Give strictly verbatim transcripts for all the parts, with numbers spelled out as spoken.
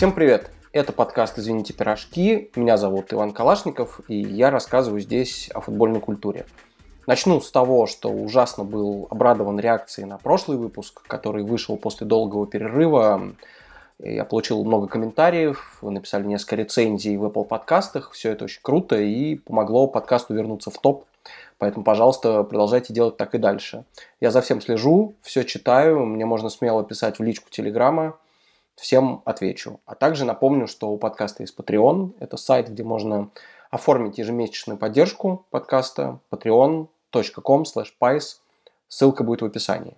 Всем привет! Это подкаст «Извините, пирожки». Меня зовут Иван Калашников, и я рассказываю здесь о футбольной культуре. Начну с того, что ужасно был обрадован реакцией на прошлый выпуск, который вышел после долгого перерыва. Я получил много комментариев, вы написали несколько рецензий в Apple подкастах. Все это очень круто и помогло подкасту вернуться в топ. Поэтому, пожалуйста, продолжайте делать так и дальше. Я за всем слежу, все читаю, мне можно смело писать в личку Телеграма. Всем отвечу. А также напомню, что у подкаста есть Patreon. Это сайт, где можно оформить ежемесячную поддержку подкаста. patreon точка com слэш пайс. Ссылка будет в описании.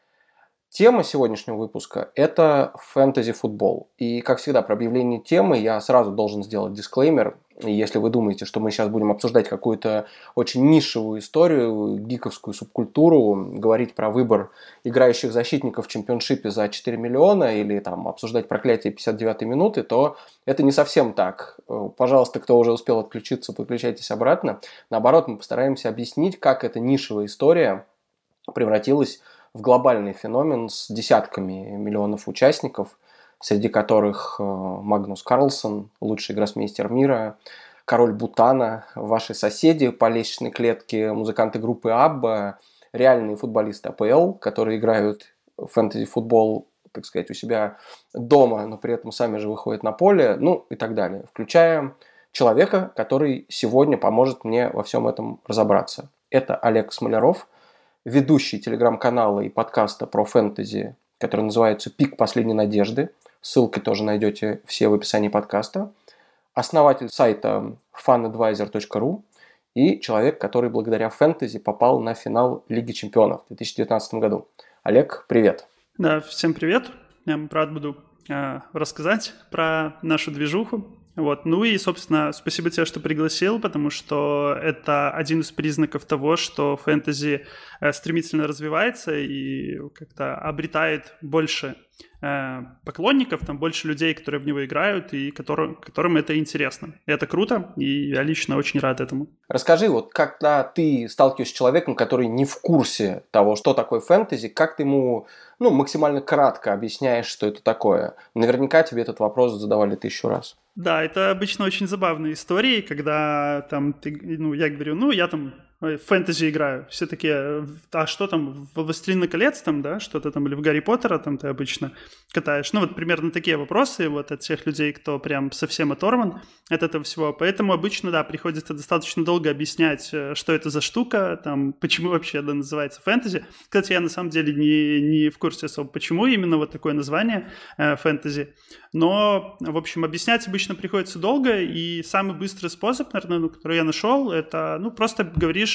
Тема сегодняшнего выпуска – это фэнтези-футбол. И, как всегда, про объявление темы я сразу должен сделать дисклеймер. И если вы думаете, что мы сейчас будем обсуждать какую-то очень нишевую историю, гиковскую субкультуру, говорить про выбор играющих защитников в чемпионшипе за четыре миллиона или там обсуждать проклятие пятьдесят девятой минуты, то это не совсем так. Пожалуйста, кто уже успел отключиться, подключайтесь обратно. Наоборот, мы постараемся объяснить, как эта нишевая история превратилась в глобальный феномен с десятками миллионов участников, среди которых Магнус Карлсон, лучший гроссмейстер мира, король Бутана, ваши соседи по лестничной клетке, музыканты группы Абба, реальные футболисты АПЛ, которые играют в фэнтези-футбол, так сказать, у себя дома, но при этом сами же выходят на поле, ну и так далее, включая человека, который сегодня поможет мне во всем этом разобраться. Это Олег Смоляров, ведущий телеграм-канала и подкаста про фэнтези, который называется «Пик последней надежды». Ссылки тоже найдете все в описании подкаста. Основатель сайта фан эдвайзер точка ру и человек, который благодаря фэнтези попал на финал Лиги чемпионов в две тысячи девятнадцатом году. Олег, привет. Да, всем привет. Я рад буду э, рассказать про нашу движуху. Вот. Ну и, собственно, спасибо тебе, что пригласил, потому что это один из признаков того, что фэнтези стремительно развивается и как-то обретает больше э, поклонников, там больше людей, которые в него играют и которым, которым это интересно. И это круто, и я лично очень рад этому. Расскажи, вот когда ты сталкиваешься с человеком, который не в курсе того, что такое фэнтези, как ты ему ну, максимально кратко объясняешь, что это такое? Наверняка тебе этот вопрос задавали тысячу раз. Да, это обычно очень забавные истории, когда там ты, ну, я говорю, ну, я там в фэнтези играю. Все такие, а что там, в «Властелина колец» там, да, что-то там, или в «Гарри Поттера» там ты обычно катаешь. Ну, вот примерно такие вопросы вот от тех людей, кто прям совсем оторван от этого всего. Поэтому обычно, да, приходится достаточно долго объяснять, что это за штука, там, почему вообще это называется фэнтези. Кстати, я на самом деле не, не в курсе особо, почему именно вот такое название э, фэнтези. Но, в общем, объяснять обычно приходится долго, и самый быстрый способ, наверное, ну, который я нашел, это, ну, просто говоришь,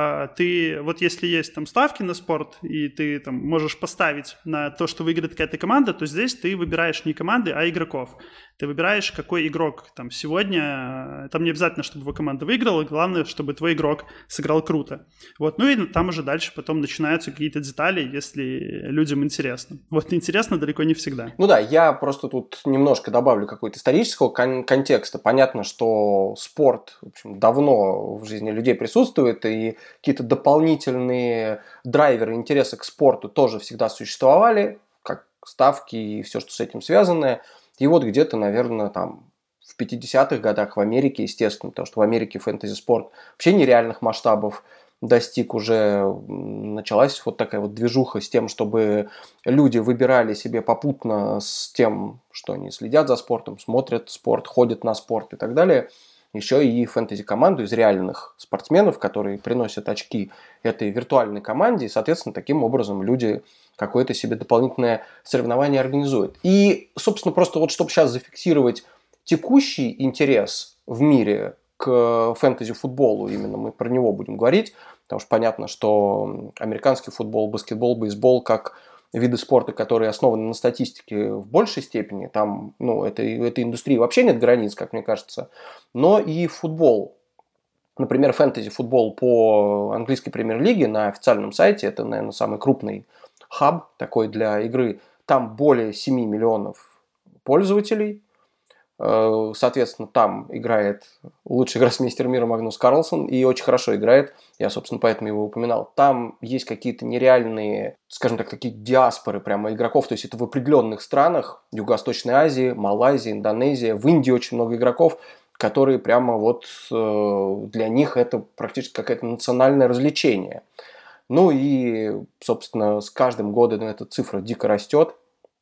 ты, вот если есть там ставки на спорт, и ты там можешь поставить на то, что выиграет какая-то команда, то здесь ты выбираешь не команды, а игроков. Ты выбираешь, какой игрок там сегодня, там не обязательно, чтобы его команда выиграла, главное, чтобы твой игрок сыграл круто. Вот, ну и там уже дальше потом начинаются какие-то детали, если людям интересно. Вот интересно далеко не всегда. Ну да, я просто тут немножко добавлю какого-то исторического кон- контекста. Понятно, что спорт, в общем, давно в жизни людей присутствует, и какие-то дополнительные драйверы интереса к спорту тоже всегда существовали, как ставки и все, что с этим связано. И вот где-то, наверное, там в пятидесятых годах в Америке, естественно, потому что в Америке фэнтези-спорт вообще нереальных масштабов достиг уже, началась вот такая вот движуха с тем, чтобы люди выбирали себе попутно с тем, что они следят за спортом, смотрят спорт, ходят на спорт и так далее, еще и фэнтези-команду из реальных спортсменов, которые приносят очки этой виртуальной команде, и, соответственно, таким образом люди какое-то себе дополнительное соревнование организуют. И, собственно, просто вот чтобы сейчас зафиксировать текущий интерес в мире к фэнтези-футболу, именно мы про него будем говорить, потому что понятно, что американский футбол, баскетбол, бейсбол, как виды спорта, которые основаны на статистике в большей степени, там, ну, этой, этой индустрии вообще нет границ, как мне кажется, но и футбол. Например, фэнтези-футбол по английской премьер-лиге на официальном сайте, это, наверное, самый крупный хаб такой для игры, там более семь миллионов пользователей, Соответственно, там играет лучший гроссмейстер мира Магнус Карлсон и очень хорошо играет. Я, собственно, поэтому его упоминал. Там есть какие-то нереальные, скажем так, такие диаспоры прямо игроков. То есть это в определенных странах Юго-Восточной Азии, Малайзии, Индонезии. В Индии очень много игроков, которые прямо вот для них это практически какое-то национальное развлечение. Ну и, собственно, с каждым годом эта цифра дико растет.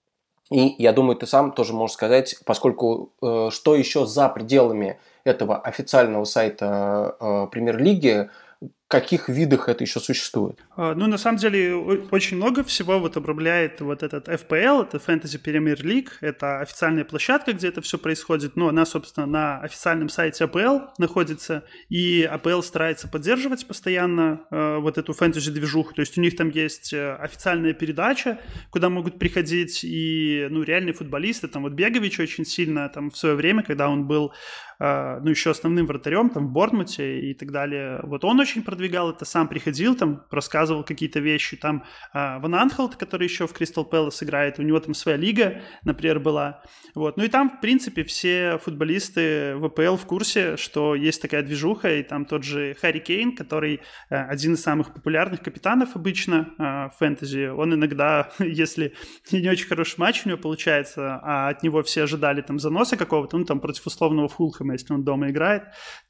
И я думаю, ты сам тоже можешь сказать, поскольку э, что еще за пределами этого официального сайта э, Премьер-лиги, в каких видах это еще существует? Ну, на самом деле, очень много всего вот обрамляет вот этот эф пи эл, это Fantasy Premier League, это официальная площадка, где это все происходит, но она, собственно, на официальном сайте эй пи эл находится, и эй пи эл старается поддерживать постоянно э, вот эту фэнтези-движуху, то есть у них там есть официальная передача, куда могут приходить и, ну, реальные футболисты, там вот Бегович очень сильно, там в свое время, когда он был ну, еще основным вратарем там в Бортмуте и так далее. Вот он очень продвигал это, сам приходил, там, рассказывал какие-то вещи. Там Ван Анхолт, который еще в Кристал Пэлас играет, у него там своя лига, например, была. Вот. Ну и там, в принципе, все футболисты в эй пи эл в курсе, что есть такая движуха, и там тот же Харри Кейн, который один из самых популярных капитанов обычно в фэнтези, он иногда, если не очень хороший матч у него получается, а от него все ожидали там заноса какого-то, ну там против условного Фулхэма, если он дома играет,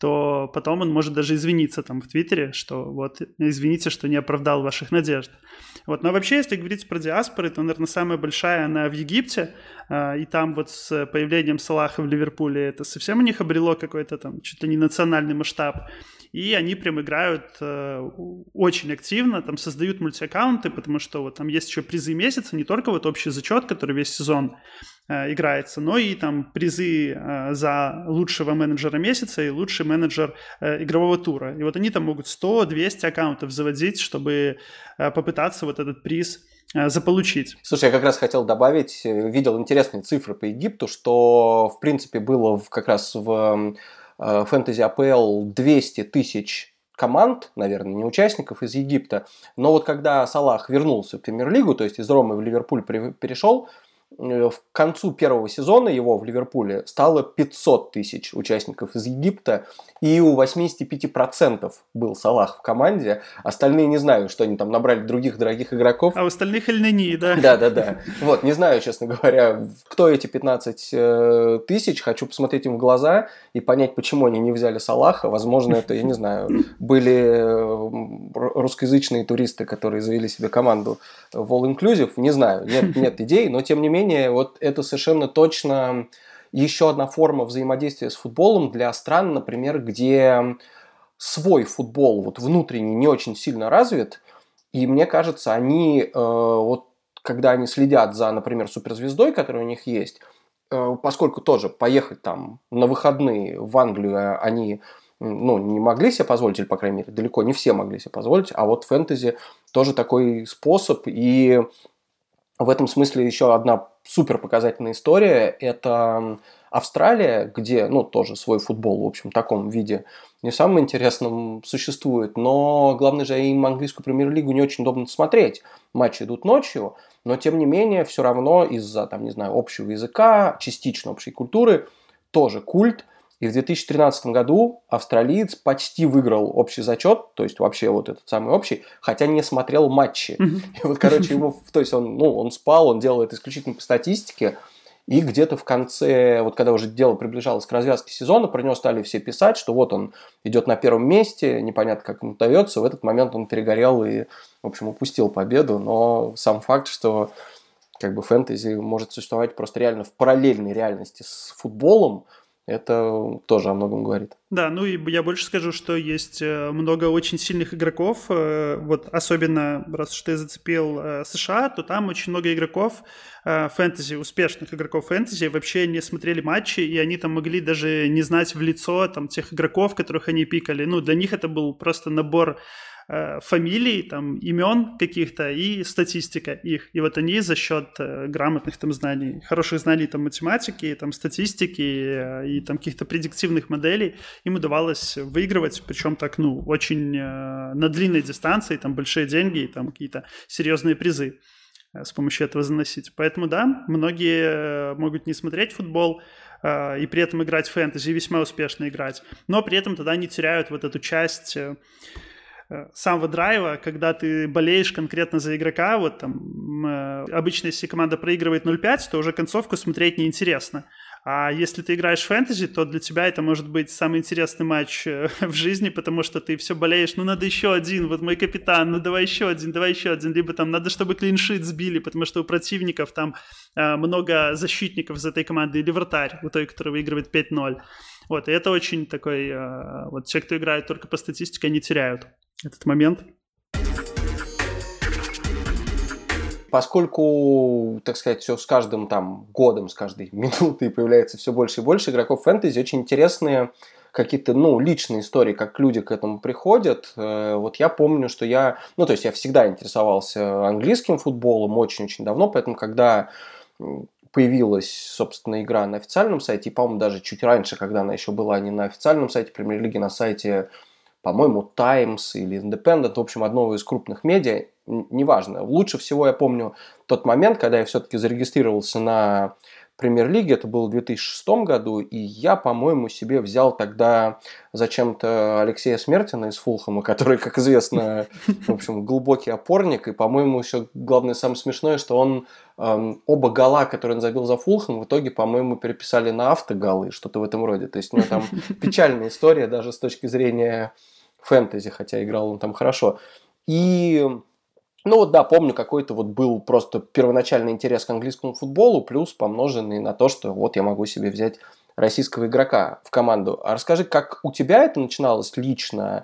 то потом он может даже извиниться там в Твиттере, что вот извините, что не оправдал ваших надежд. Вот. Но вообще, если говорить про диаспоры, то, наверное, самая большая она в Египте, и там вот с появлением Салаха в Ливерпуле это совсем у них обрело какой-то там чуть ли не национальный масштаб. И они прям играют э, очень активно, там создают мультиаккаунты, потому что вот там есть еще призы месяца, не только вот общий зачет, который весь сезон э, играется, но и там призы э, за лучшего менеджера месяца и лучший менеджер э, игрового тура. И вот они там могут сто-двести аккаунтов заводить, чтобы э, попытаться вот этот приз э, заполучить. Слушай, я как раз хотел добавить, видел интересные цифры по Египту, что в принципе было в, как раз в Fantasy эй пи эл двести тысяч команд, наверное, не участников из Египта. Но вот когда Салах вернулся в Премьер-лигу, то есть из Ромы в Ливерпуль перешел, к концу первого сезона его в Ливерпуле стало пятьсот тысяч участников из Египта, и у восемьдесят пять процентов был Салах в команде. Остальные не знаю, что они там набрали других дорогих игроков. А у остальных Эль-Нени, да? Да-да-да. Вот, не знаю, честно говоря, кто эти пятнадцать тысяч. Хочу посмотреть им в глаза и понять, почему они не взяли Салаха. Возможно, это, я не знаю, были русскоязычные туристы, которые завели себе команду в All Inclusive. Не знаю, нет, нет идей, но тем не менее, вот это совершенно точно еще одна форма взаимодействия с футболом для стран, например, где свой футбол вот внутренний не очень сильно развит, и мне кажется, они, э, вот когда они следят за, например, суперзвездой, которая у них есть, э, поскольку тоже поехать там на выходные в Англию они ну, не могли себе позволить, или, по крайней мере, далеко не все могли себе позволить, а вот фэнтези тоже такой способ, и в этом смысле еще одна супер показательная история – это Австралия, где, ну, тоже свой футбол, в общем, в таком виде не самым интересным существует, но главное же им английскую премьер-лигу не очень удобно смотреть. Матчи идут ночью, но тем не менее все равно из-за, там, не знаю, общего языка, частично общей культуры тоже культ. И в две тысячи тринадцатом году австралиец почти выиграл общий зачет, то есть вообще вот этот самый общий, хотя не смотрел матчи. Mm-hmm. И вот, короче, ему, то есть он, ну, он спал, он делал это исключительно по статистике, и где-то в конце, вот когда уже дело приближалось к развязке сезона, про него стали все писать, что вот он идет на первом месте, непонятно, как ему удается, в этот момент он перегорел и, в общем, упустил победу, но сам факт, что как бы фэнтези может существовать просто реально в параллельной реальности с футболом, это тоже о многом говорит. Да, ну и я больше скажу, что есть много очень сильных игроков, вот особенно, раз что ты зацепил США, то там очень много игроков фэнтези, успешных игроков фэнтези, вообще не смотрели матчи, и они там могли даже не знать в лицо там тех игроков, которых они пикали. Ну, для них это был просто набор фамилий, там, имен каких-то и статистика их. И вот они за счет э, грамотных там знаний, хороших знаний там математики, там статистики э, и там каких-то предиктивных моделей им удавалось выигрывать, причем так, ну, очень э, на длинной дистанции, там большие деньги и там какие-то серьезные призы э, с помощью этого заносить. Поэтому, да, многие э, могут не смотреть футбол, и при этом играть в фэнтези, и весьма успешно играть. Но при этом тогда не теряют вот эту часть самого драйва, когда ты болеешь конкретно за игрока. Вот там обычно, если команда проигрывает ноль пять, то уже концовку смотреть неинтересно. А если ты играешь в фэнтези, то для тебя это может быть самый интересный матч в жизни, потому что ты все болеешь, ну надо еще один, вот мой капитан, ну давай еще один, давай еще один, либо там надо, чтобы клиншит сбили, потому что у противников там э, много защитников из этой команды, или вратарь у той, который выигрывает пять ноль. Вот, и это очень такой, э, вот те, кто играет только по статистике, они теряют этот момент. Поскольку, так сказать, все с каждым там годом, с каждой минутой появляется все больше и больше игроков фэнтези, очень интересные какие-то, ну, личные истории, как люди к этому приходят. Вот я помню, что я, ну, то есть я всегда интересовался английским футболом очень-очень давно, поэтому когда появилась, собственно, игра на официальном сайте, и, по-моему, даже чуть раньше, когда она еще была не на официальном сайте Премьер-лиги, на сайте, по-моему, Times или Independent, в общем, одного из крупных медиа, неважно. Лучше всего я помню тот момент, когда я все-таки зарегистрировался на Премьер-лиге, это было в две тысячи шестом году, и я, по-моему, себе взял тогда зачем-то Алексея Смертина из Фулхэма, который, как известно, в общем, глубокий опорник, и, по-моему, еще главное, самое смешное, что он эм, оба гола, которые он забил за Фулхэм, в итоге, по-моему, переписали на автоголы, что-то в этом роде. То есть у него там печальная история даже с точки зрения фэнтези, хотя играл он там хорошо. И... Ну вот да, помню, какой-то вот был просто первоначальный интерес к английскому футболу, плюс помноженный на то, что вот я могу себе взять российского игрока в команду. А расскажи, как у тебя это начиналось лично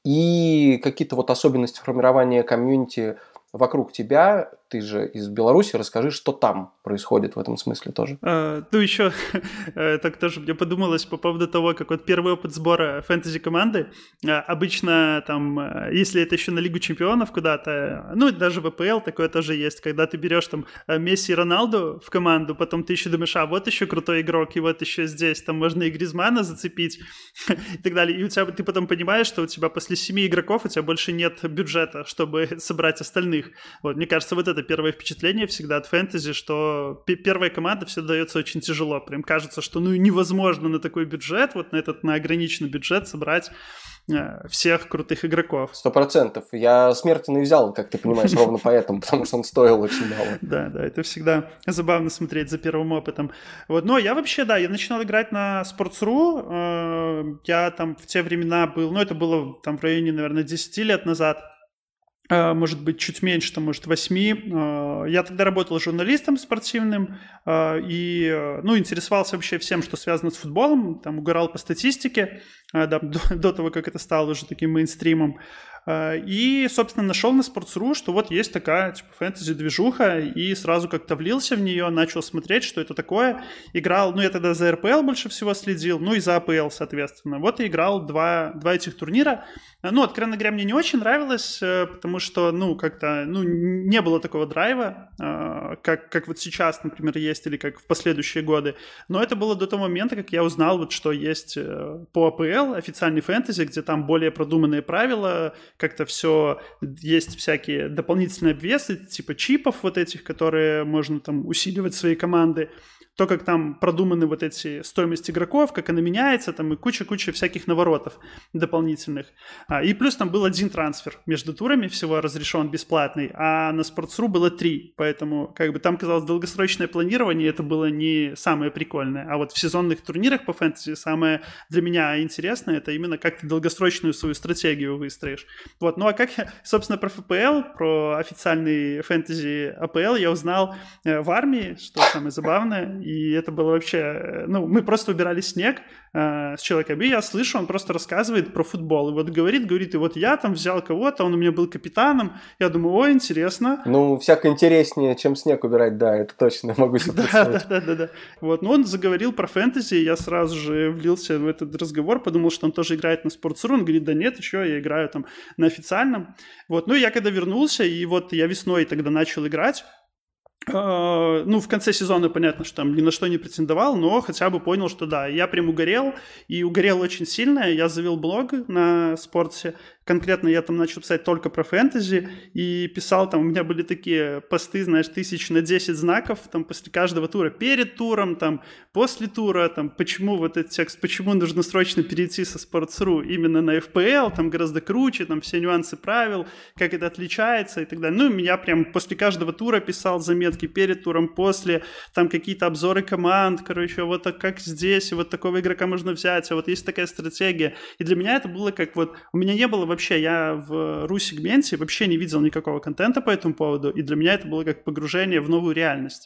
и какие-то вот особенности формирования комьюнити вокруг тебя, ты же из Беларуси, расскажи, что там происходит в этом смысле тоже. А, ну, еще так тоже мне подумалось по поводу того, как вот первый опыт сбора фэнтези-команды. Обычно там, если это еще на Лигу Чемпионов куда-то, ну, даже в АПЛ такое тоже есть, когда ты берешь там Месси и Роналду в команду, потом ты еще думаешь, а вот еще крутой игрок, и вот еще здесь, там можно и Гризмана зацепить и так далее. И у тебя, ты потом понимаешь, что у тебя после семи игроков у тебя больше нет бюджета, чтобы собрать остальных. Вот, мне кажется, вот это первое впечатление всегда от фэнтези, что п- первая команда всегда дается очень тяжело. Прям кажется, что ну невозможно на такой бюджет, вот на этот на ограниченный бюджет собрать э, всех крутых игроков. Сто процентов. Я Смертина взял, как ты понимаешь, ровно поэтому, потому что он стоил очень мало. Да, да, это всегда забавно смотреть за первым опытом. Вот, но я вообще, да, я начинал играть на Sports.ru, я там в те времена был, ну это было там в районе, наверное, десять лет назад, может быть, чуть меньше, там, может, восьми. Я тогда работал журналистом спортивным и, ну, интересовался вообще всем, что связано с футболом, там, угорал по статистике, да, до, до того, как это стало уже таким мейнстримом. И, собственно, нашел на Sports.ru, что вот есть такая, типа, фэнтези-движуха, и сразу как-то влился в нее, начал смотреть, что это такое. Играл, ну, я тогда за эр пэ эл больше всего следил, ну, и за а пэ эл, соответственно. Вот и играл два, два этих турнира. Ну, откровенно говоря, мне не очень нравилось, потому что, ну, как-то, ну, не было такого драйва, как, как вот сейчас, например, есть, или как в последующие годы. Но это было до того момента, как я узнал, вот, что есть по а пэ эл официальный фэнтези, где там более продуманные правила, как-то все, есть всякие дополнительные обвесы, типа чипов вот этих, которые можно там усиливать свои команды. То, как там продуманы вот эти стоимость игроков, как она меняется, там и куча-куча всяких наворотов дополнительных. А, и плюс там был один трансфер между турами, всего разрешен бесплатный, а на Sports.ru было три, поэтому как бы там казалось долгосрочное планирование, это было не самое прикольное. А вот в сезонных турнирах по фэнтези самое для меня интересное, это именно как ты долгосрочную свою стратегию выстроишь. Вот, ну а как, собственно, про эф пэ эл, про официальный фэнтези а пэ эл я узнал э, в армии, что самое забавное. И это было вообще... Ну, мы просто убирали снег э, с человеком, и я слышу, он просто рассказывает про футбол. И вот говорит, говорит, и вот я там взял кого-то, он у меня был капитаном. Я думаю, о, интересно. Ну, всяко интереснее, чем снег убирать, да, это точно могу себе представить. Да, да, да, да. Вот, но он заговорил про фэнтези, я сразу же влился в этот разговор, подумал, что он тоже играет на Sports.ru. Он говорит, да нет, еще я играю там на официальном. Вот, ну, я когда вернулся, и вот я весной тогда начал играть, ну, в конце сезона понятно, что там ни на что не претендовал, но хотя бы понял, что да, я прям угорел, и угорел очень сильно. Я завел блог на спорте, конкретно я там начал писать только про фэнтези, и писал там, у меня были такие посты, знаешь, тысяч на десять знаков, там, после каждого тура, перед туром, там, после тура, там, почему вот этот текст, почему нужно срочно перейти со Sports.ru именно на эф пи эл, там, гораздо круче, там, все нюансы правил, как это отличается и так далее. Ну, я прям после каждого тура писал заметки перед туром, после, там, какие-то обзоры команд, короче, вот так, как здесь, вот такого игрока можно взять, а вот есть такая стратегия. И для меня это было как вот, у меня не было вообще, я в ру-сегменте вообще не видел никакого контента по этому поводу, и для меня это было как погружение в новую реальность.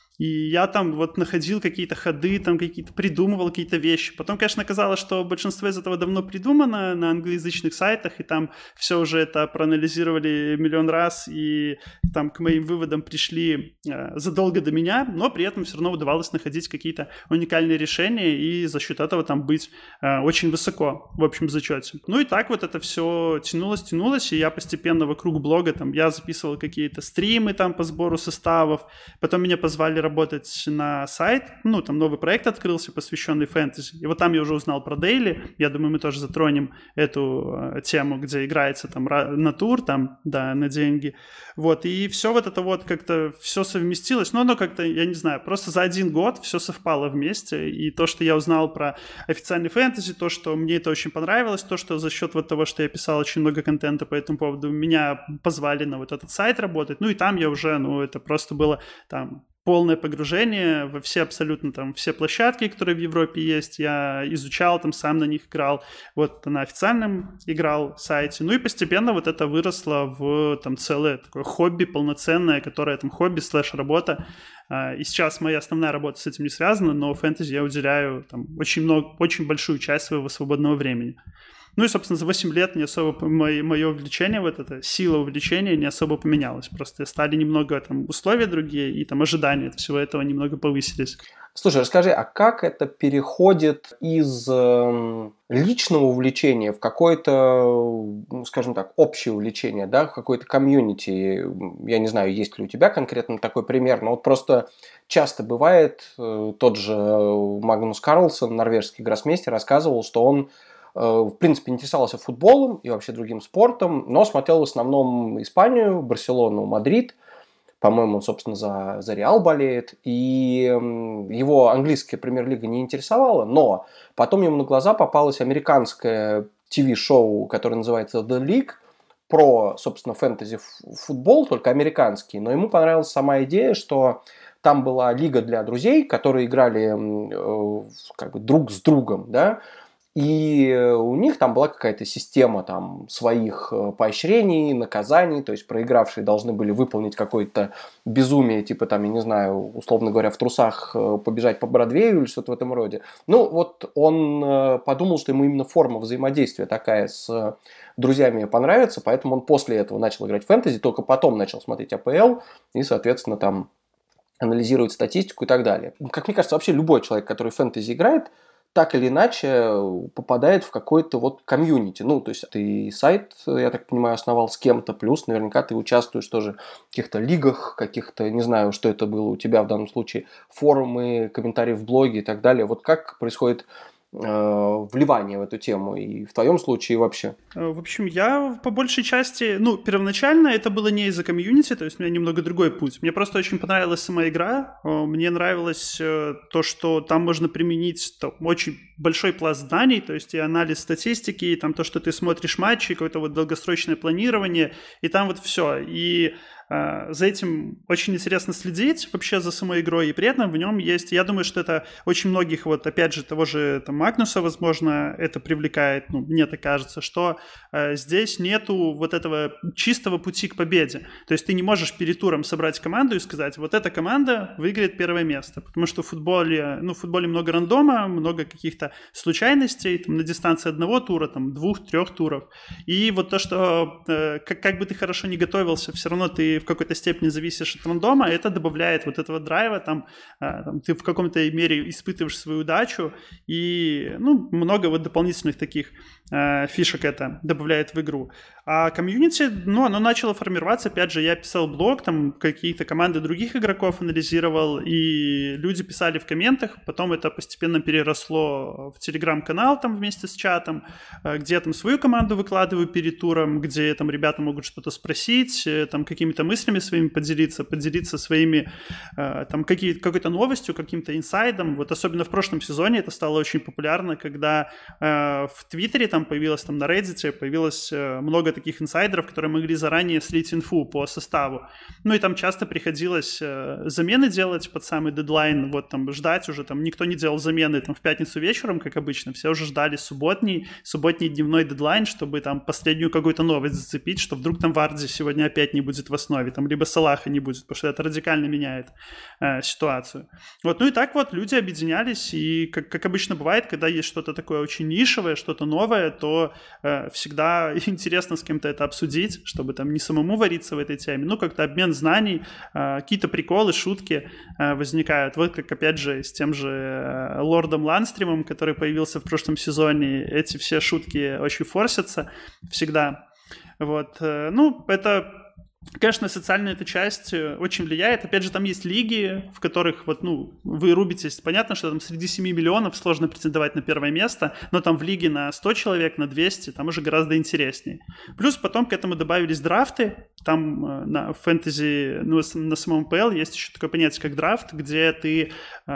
И я там вот находил какие-то ходы, там какие-то придумывал какие-то вещи. Потом, конечно, оказалось, что большинство из этого давно придумано на англоязычных сайтах, и там все уже это проанализировали миллион раз, и там к моим выводам пришли э, задолго до меня, но при этом все равно удавалось находить какие-то уникальные решения и за счет этого там быть э, очень высоко в общем зачете. Ну и так вот это все тянулось, тянулось, и я постепенно вокруг блога, там, я записывал какие-то стримы там по сбору составов, потом меня позвали работать на сайт, ну, там новый проект открылся, посвященный фэнтези, и вот там я уже узнал про Дейли, я думаю, мы тоже затронем эту э, тему, где играется там на тур, там, да, на деньги, вот, и все вот это вот как-то, все совместилось, но оно как-то, я не знаю, просто за один год все совпало вместе, и то, что я узнал про официальный фэнтези, то, что мне это очень понравилось, то, что за счет вот того, что я писал очень много контента по этому поводу, меня позвали на вот этот сайт работать, ну, и там я уже, ну, это просто было там полное погружение во все абсолютно там все площадки, которые в Европе есть, я изучал, там сам на них играл, вот на официальном играл сайте, ну и постепенно вот это выросло в там целое такое хобби полноценное, которое там хобби слэш работа, и сейчас моя основная работа с этим не связана, но фэнтези я уделяю там очень много, очень большую часть своего свободного времени. Ну и, собственно, за восемь лет не особо мое, мое увлечение, вот эта сила увлечения не особо поменялась. Просто стали немного там условия другие, и там ожидания от всего этого немного повысились. Слушай, расскажи, а как это переходит из э, личного увлечения в какое-то, ну, скажем так, общее увлечение, да, в какое-то комьюнити? Я не знаю, есть ли у тебя конкретно такой пример, но вот просто часто бывает, э, тот же Магнус Карлсон, норвежский гроссмейстер, рассказывал, что он в принципе, интересовался футболом и вообще другим спортом, но смотрел в основном Испанию, Барселону, Мадрид. По-моему, он, собственно, за, за Реал болеет. И его английская премьер-лига не интересовала, но потом ему на глаза попалось американское ТВ-шоу, которое называется The League, про, собственно, фэнтези-футбол, только американский. Но ему понравилась сама идея, что там была лига для друзей, которые играли как бы друг с другом, да, и у них там была какая-то система там своих поощрений, наказаний, то есть проигравшие должны были выполнить какое-то безумие, типа там, я не знаю, условно говоря, в трусах побежать по Бродвею или что-то в этом роде. Ну, вот он подумал, что ему именно форма взаимодействия такая с друзьями понравится, поэтому он после этого начал играть в фэнтези, только потом начал смотреть а пэ эл и, соответственно, там анализировать статистику и так далее. Как мне кажется, вообще любой человек, который в фэнтези играет, так или иначе попадает в какой-то вот комьюнити. Ну, то есть ты сайт, я так понимаю, основал с кем-то, плюс наверняка ты участвуешь тоже в каких-то лигах, каких-то, не знаю, что это было у тебя в данном случае, форумы, комментарии в блоге и так далее. Вот как происходит вливание в эту тему и в твоем случае вообще? В общем, я по большей части, ну, первоначально это было не из-за комьюнити, то есть у меня немного другой путь. Мне просто очень понравилась сама игра, мне нравилось то, что там можно применить там, очень большой пласт знаний, то есть и анализ статистики, и там то, что ты смотришь матчи, какое-то вот долгосрочное планирование, и там вот все. И за этим очень интересно следить вообще за самой игрой, и при этом в нем есть, я думаю, что это очень многих, вот опять же, того же там, Магнуса, возможно, это привлекает, ну, мне так кажется, что э, здесь нету вот этого чистого пути к победе. То есть ты не можешь перед туром собрать команду и сказать, вот эта команда выиграет первое место, потому что в футболе, ну, в футболе много рандома, много каких-то случайностей, там, на дистанции одного тура, там, двух-трех туров, и вот то, что э, как, как бы ты хорошо не готовился, все равно ты в какой-то степени зависишь от рандома, это добавляет вот этого драйва, там, там ты в каком-то мере испытываешь свою удачу, и, ну, много вот дополнительных таких э, фишек это добавляет в игру. А комьюнити, ну, оно начало формироваться. Опять же, я писал блог, там какие-то команды других игроков анализировал, и люди писали в комментах. Потом это постепенно переросло в телеграм-канал там вместе с чатом, где я там свою команду выкладываю перед туром, где там ребята могут что-то спросить, там какими-то мыслями своими поделиться, поделиться своими там какие, какой-то новостью, каким-то инсайдом. Вот особенно в прошлом сезоне это стало очень популярно, когда э, в Твиттере там появилось, там на Reddit появилось э, много таких инсайдеров, которые могли заранее слить инфу по составу. Ну и там часто приходилось э, замены делать под самый дедлайн, вот там ждать уже, там никто не делал замены там в пятницу вечером, как обычно, все уже ждали субботний, субботний дневной дедлайн, чтобы там последнюю какую-то новость зацепить, что вдруг там Варди сегодня опять не будет в основе, там либо Салаха не будет, потому что это радикально меняет э, ситуацию. Вот, ну и так вот люди объединялись, и как, как обычно бывает, когда есть что-то такое очень нишевое, что-то новое, то э, всегда интересно с кем-то это обсудить, чтобы там не самому вариться в этой теме, ну как-то обмен знаний, э, какие-то приколы, шутки э, возникают. Вот как опять же с тем же э, лордом Ланстримом, который появился в прошлом сезоне, эти все шутки очень форсятся всегда. Вот, э, ну это... Конечно, социальная эта часть очень влияет. Опять же, там есть лиги, в которых вот, ну, вы рубитесь. Понятно, что там среди семи миллионов сложно претендовать на первое место, но там в лиге на сто человек, на двести, там уже гораздо интереснее. Плюс потом к этому добавились драфты. Там на фэнтези, ну, на самом ПЛ есть еще такое понятие, как драфт, где ты...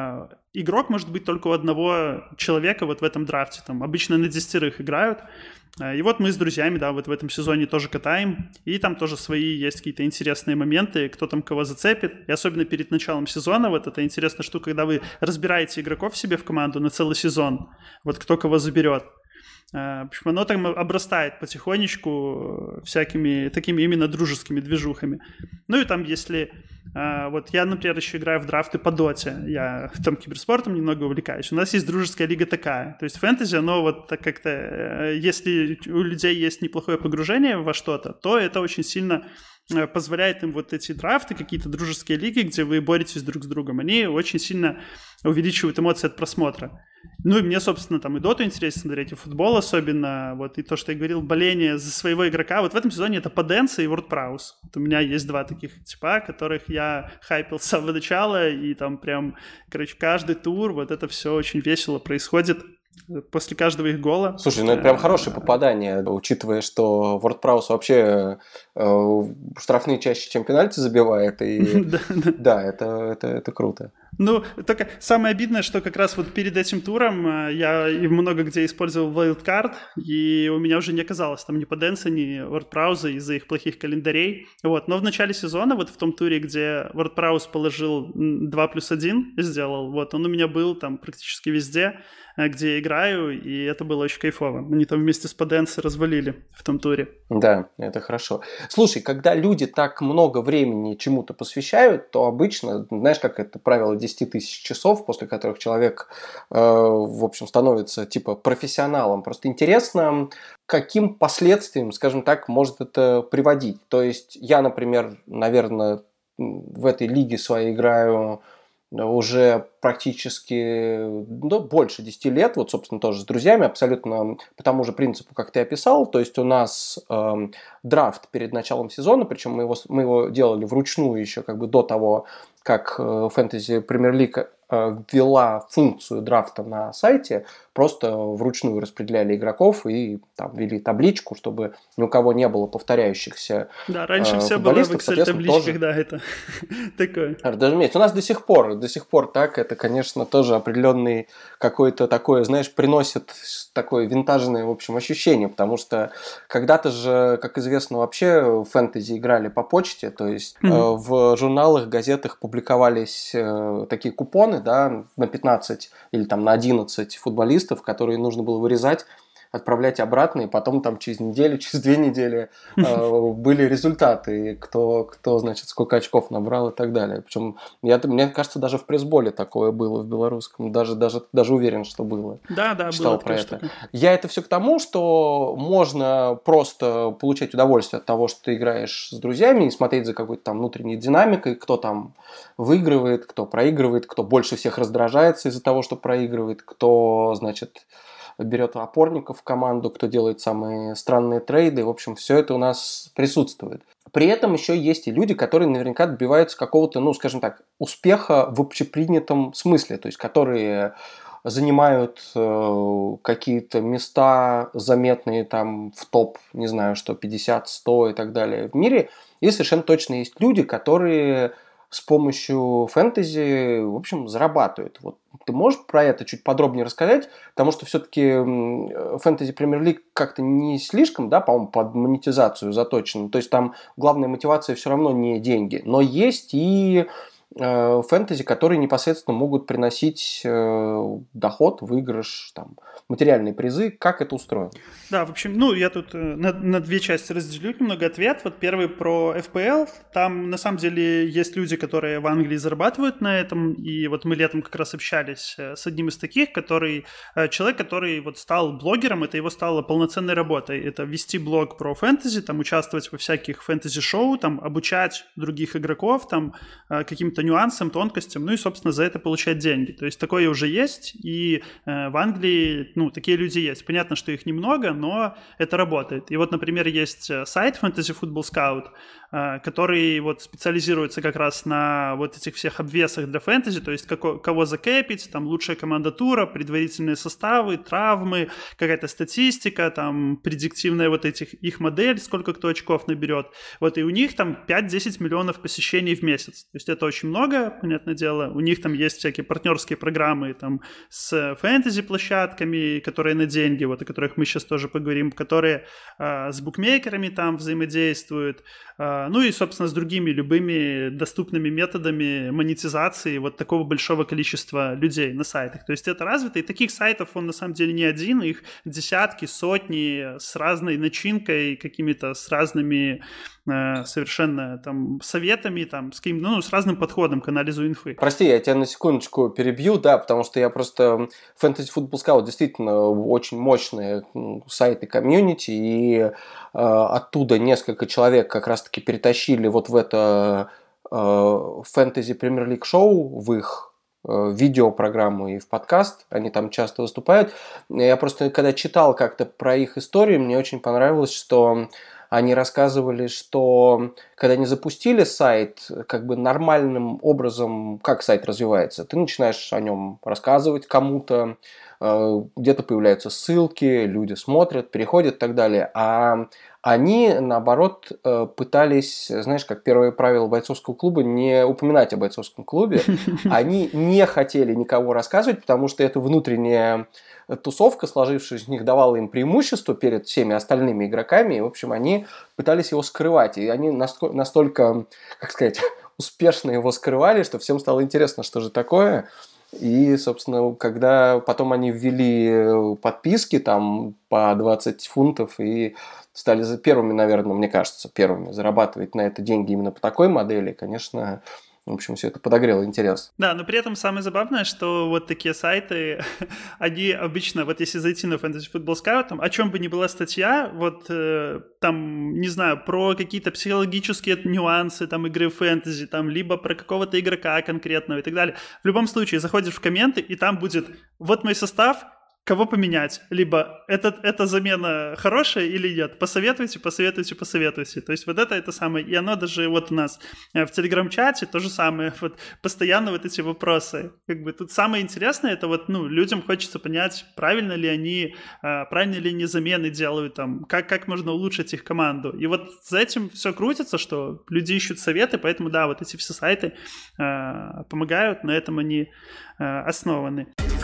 Игрок может быть только у одного человека вот в этом драфте. Там обычно на десятерых играют. И вот мы с друзьями, да, вот в этом сезоне тоже катаем, и там тоже свои есть какие-то интересные моменты, кто там кого зацепит. И особенно перед началом сезона вот это интересная штука, когда вы разбираете игроков себе в команду на целый сезон, вот кто кого заберет. В общем, оно там обрастает потихонечку всякими такими именно дружескими движухами. Ну и там, если... Вот я, например, еще играю в драфты по доте. Я там киберспортом немного увлекаюсь. У нас есть дружеская лига такая. То есть фэнтези, оно вот так как-то... Если у людей есть неплохое погружение во что-то, то это очень сильно позволяет им вот эти драфты, какие-то дружеские лиги, где вы боретесь друг с другом. Они очень сильно увеличивают эмоции от просмотра. Ну и мне, собственно, там и доту интересно смотреть, и футбол особенно, вот, и то, что я говорил, боление за своего игрока. Вот в этом сезоне это Паденса и WordPress. Вот у меня есть два таких типа, которых я хайпил с самого начала, и там прям, короче, каждый тур, вот это все очень весело происходит после каждого их гола. Слушай, ну это прям хорошее попадание, учитывая, что WordPress вообще э, штрафные чаще, чем пенальти забивает, и да, это, это, это круто. Ну, только самое обидное, что как раз вот перед этим туром я много где использовал wildcard, и у меня уже не оказалось там ни Паденса, ни WordPress из-за их плохих календарей. Вот. Но в начале сезона, вот в том туре, где WordPress положил два плюс один, сделал, вот, он у меня был там практически везде, где я играю, и это было очень кайфово. Они там вместе с Паденсо развалили в том туре. Да, это хорошо. Слушай, когда люди так много времени чему-то посвящают, то обычно, знаешь, как это правило десять тысяч часов, после которых человек, э, в общем, становится типа профессионалом. Просто интересно, каким последствиям, скажем так, может это приводить. То есть я, например, наверное, в этой лиге своей играю уже практически, ну, больше десяти лет, вот, собственно, тоже с друзьями, абсолютно по тому же принципу, как ты описал. То есть у нас э, драфт перед началом сезона, причем мы его, мы его делали вручную еще как бы до того, как э, Fantasy Premier League э, ввела функцию драфта на сайте, просто вручную распределяли игроков и там ввели табличку, чтобы ни у кого не было повторяющихся. Да, раньше э, все было в Excel-табличках, тоже... да, это такое. Разумеется, у нас до сих пор, до сих пор так, это, конечно, тоже определенный какой-то такой, знаешь, приносит такое винтажное, в общем, ощущение, потому что когда-то же, как известно, вообще в фэнтези играли по почте, то есть mm-hmm. э, в журналах, газетах публиковались э, такие купоны, да, на пятнадцать или там на одиннадцать футболистов, которые нужно было вырезать, отправлять обратно, и потом там через неделю, через две недели э, были результаты, кто, кто, значит, сколько очков набрал и так далее. Причем, я, мне кажется, даже в пресс-боле такое было в белорусском, даже, даже, даже уверен, что было. Да, да, читал было про это. Штука. Я это все к тому, что можно просто получать удовольствие от того, что ты играешь с друзьями, и смотреть за какой-то там внутренней динамикой, кто там выигрывает, кто проигрывает, кто больше всех раздражается из-за того, что проигрывает, кто, значит, берет опорников в команду, кто делает самые странные трейды. В общем, все это у нас присутствует. При этом еще есть и люди, которые наверняка добиваются какого-то, ну, скажем так, успеха в общепринятом смысле, то есть которые занимают э, какие-то места заметные там в топ, не знаю, что пятьдесят, сто и так далее в мире. И совершенно точно есть люди, которые с помощью фэнтези, в общем, зарабатывают. Вот ты можешь про это чуть подробнее рассказать? Потому что все-таки фэнтези Премьер-лиг как-то не слишком, да, по-моему, под монетизацию заточен. То есть там главная мотивация все равно не деньги. Но есть и э, фэнтези, которые непосредственно могут приносить э, доход, выигрыш, там, материальные призы. Как это устроено? Да, в общем, ну, я тут на, на две части разделю немного ответ. Вот первый про эф пи эл. Там, на самом деле, есть люди, которые в Англии зарабатывают на этом. И вот мы летом как раз общались с одним из таких, который, человек, который вот стал блогером, это его стало полноценной работой. Это вести блог про фэнтези, там, участвовать во всяких фэнтези-шоу, там, обучать других игроков, там, каким-то нюансам, тонкостям, ну и, собственно, за это получать деньги. То есть такое уже есть, и в Англии, ну, такие люди есть. Понятно, что их немного, но это работает. И вот, например, есть сайт Fantasy Football Scout, который вот специализируется как раз на вот этих всех обвесах для фэнтези, то есть како, кого закэпить, там лучшая команда тура, предварительные составы, травмы, какая-то статистика, там предиктивная вот этих их модель, сколько кто очков наберет. Вот и у них там пять-десять миллионов посещений в месяц. То есть это очень много, понятное дело. У них там есть всякие партнерские программы там с фэнтези-площадками, которые на деньги, вот о которых мы сейчас тоже поговорим, которые э, с букмекерами там взаимодействуют, э, ну и, собственно, с другими любыми доступными методами монетизации вот такого большого количества людей на сайтах. То есть это развито, и таких сайтов он на самом деле не один, их десятки, сотни с разной начинкой, какими-то с разными э, совершенно там советами, там, с, каким, ну, с разным подходом к анализу инфы. Прости, я тебя на секундочку перебью, да, потому что я просто Fantasy Football Scout действительно очень мощные сайты комьюнити, и э, оттуда несколько человек как раз-таки перетащили вот в это фэнтези премьер-лиг шоу, в их э, видеопрограмму и в подкаст, они там часто выступают. Я просто, когда читал как-то про их историю, мне очень понравилось, что они рассказывали, что когда они запустили сайт, как бы нормальным образом, как сайт развивается, ты начинаешь о нем рассказывать кому-то, где-то появляются ссылки, люди смотрят, переходят и так далее. А они, наоборот, пытались, знаешь, как первое правило бойцовского клуба, не упоминать о бойцовском клубе. Они не хотели никого рассказывать, потому что это внутренняя тусовка, сложившаяся у них, давала им преимущество перед всеми остальными игроками. И, в общем, они пытались его скрывать. И они настолько, как сказать, успешно его скрывали, что всем стало интересно, что же такое. И, собственно, когда потом они ввели подписки там по двадцать фунтов и стали за первыми, наверное, мне кажется, первыми зарабатывать на это деньги именно по такой модели, конечно, в общем, все это подогрело интерес. Да, но при этом самое забавное, что вот такие сайты, они обычно, вот если зайти на Fantasy Football Scout, там, о чем бы ни была статья, вот э, там, не знаю, про какие-то психологические нюансы там игры фэнтези, там, либо про какого-то игрока конкретного и так далее. В любом случае, заходишь в комменты, и там будет вот мой состав, кого поменять, либо этот, эта замена хорошая или нет, посоветуйте, посоветуйте, посоветуйте. То есть вот это это самое, и оно даже вот у нас в телеграм-чате то же самое, вот постоянно вот эти вопросы. Как бы тут самое интересное, это вот, ну, людям хочется понять, правильно ли они, правильно ли они замены делают, там, как, как можно улучшить их команду. И вот за этим все крутится, что люди ищут советы, поэтому, да, вот эти все сайты э, помогают, на этом они э, основаны.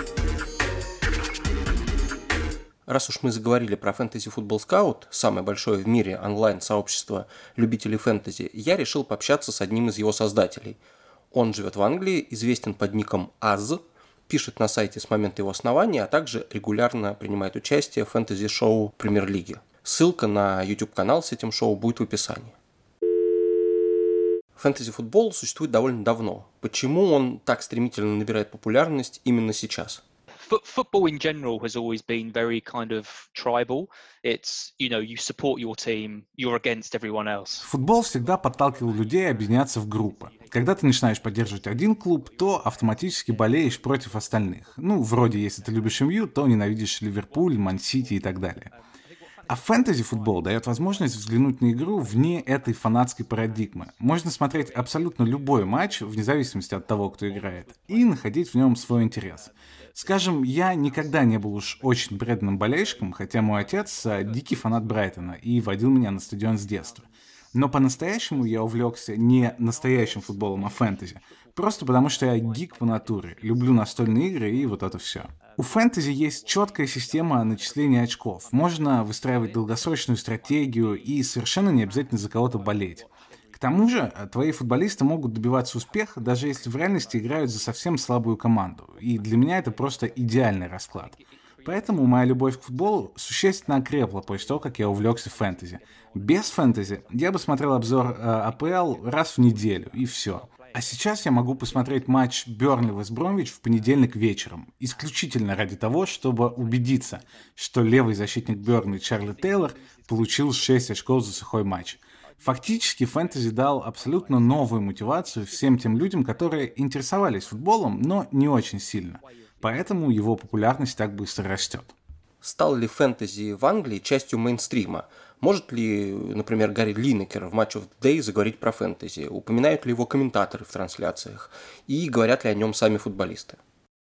Раз уж мы заговорили про Fantasy Football Scout, самое большое в мире онлайн-сообщество любителей фэнтези, я решил пообщаться с одним из его создателей. Он живет в Англии, известен под ником Аз, пишет на сайте с момента его основания, а также регулярно принимает участие в фэнтези-шоу Премьер-лиги. Ссылка на YouTube-канал с этим шоу будет в описании. Фэнтези-футбол существует довольно давно. Почему он так стремительно набирает популярность именно сейчас? football in general has always been very kind of tribal. It's, you know, you support your team, you're against everyone else. Футбол всегда подталкивал людей объединяться в группы. Когда ты начинаешь поддерживать один клуб, то автоматически болеешь против остальных. Ну, вроде, если ты любишь эм ю, то ненавидишь Ливерпуль, Ман-Сити и так далее. А фэнтези-футбол дает возможность взглянуть на игру вне этой фанатской парадигмы. Можно смотреть абсолютно любой матч, вне зависимости от того, кто играет, и находить в нем свой интерес. Скажем, я никогда не был уж очень преданным болельщиком, хотя мой отец дикий фанат Брайтона и водил меня на стадион с детства. Но по-настоящему я увлекся не настоящим футболом, а фэнтези. Просто потому, что я гик по натуре, люблю настольные игры и вот это все. У фэнтези есть четкая система начисления очков. Можно выстраивать долгосрочную стратегию и совершенно не обязательно за кого-то болеть. К тому же, твои футболисты могут добиваться успеха, даже если в реальности играют за совсем слабую команду. И для меня это просто идеальный расклад. Поэтому моя любовь к футболу существенно окрепла после того, как я увлекся фэнтези. Без фэнтези я бы смотрел обзор э, а пэ эл раз в неделю, и все. А сейчас я могу посмотреть матч Бернли-Вест Бромвич в понедельник вечером, исключительно ради того, чтобы убедиться, что левый защитник Бернли Чарли Тейлор получил шесть очков за сухой матч. Фактически фэнтези дал абсолютно новую мотивацию всем тем людям, которые интересовались футболом, но не очень сильно. Поэтому его популярность так быстро растет. Стал ли фэнтези в Англии частью мейнстрима? Может ли, например, Гарри Линекер в Match of the Day заговорить про фэнтези? Упоминают ли его комментаторы в трансляциях? И говорят ли о нем сами футболисты?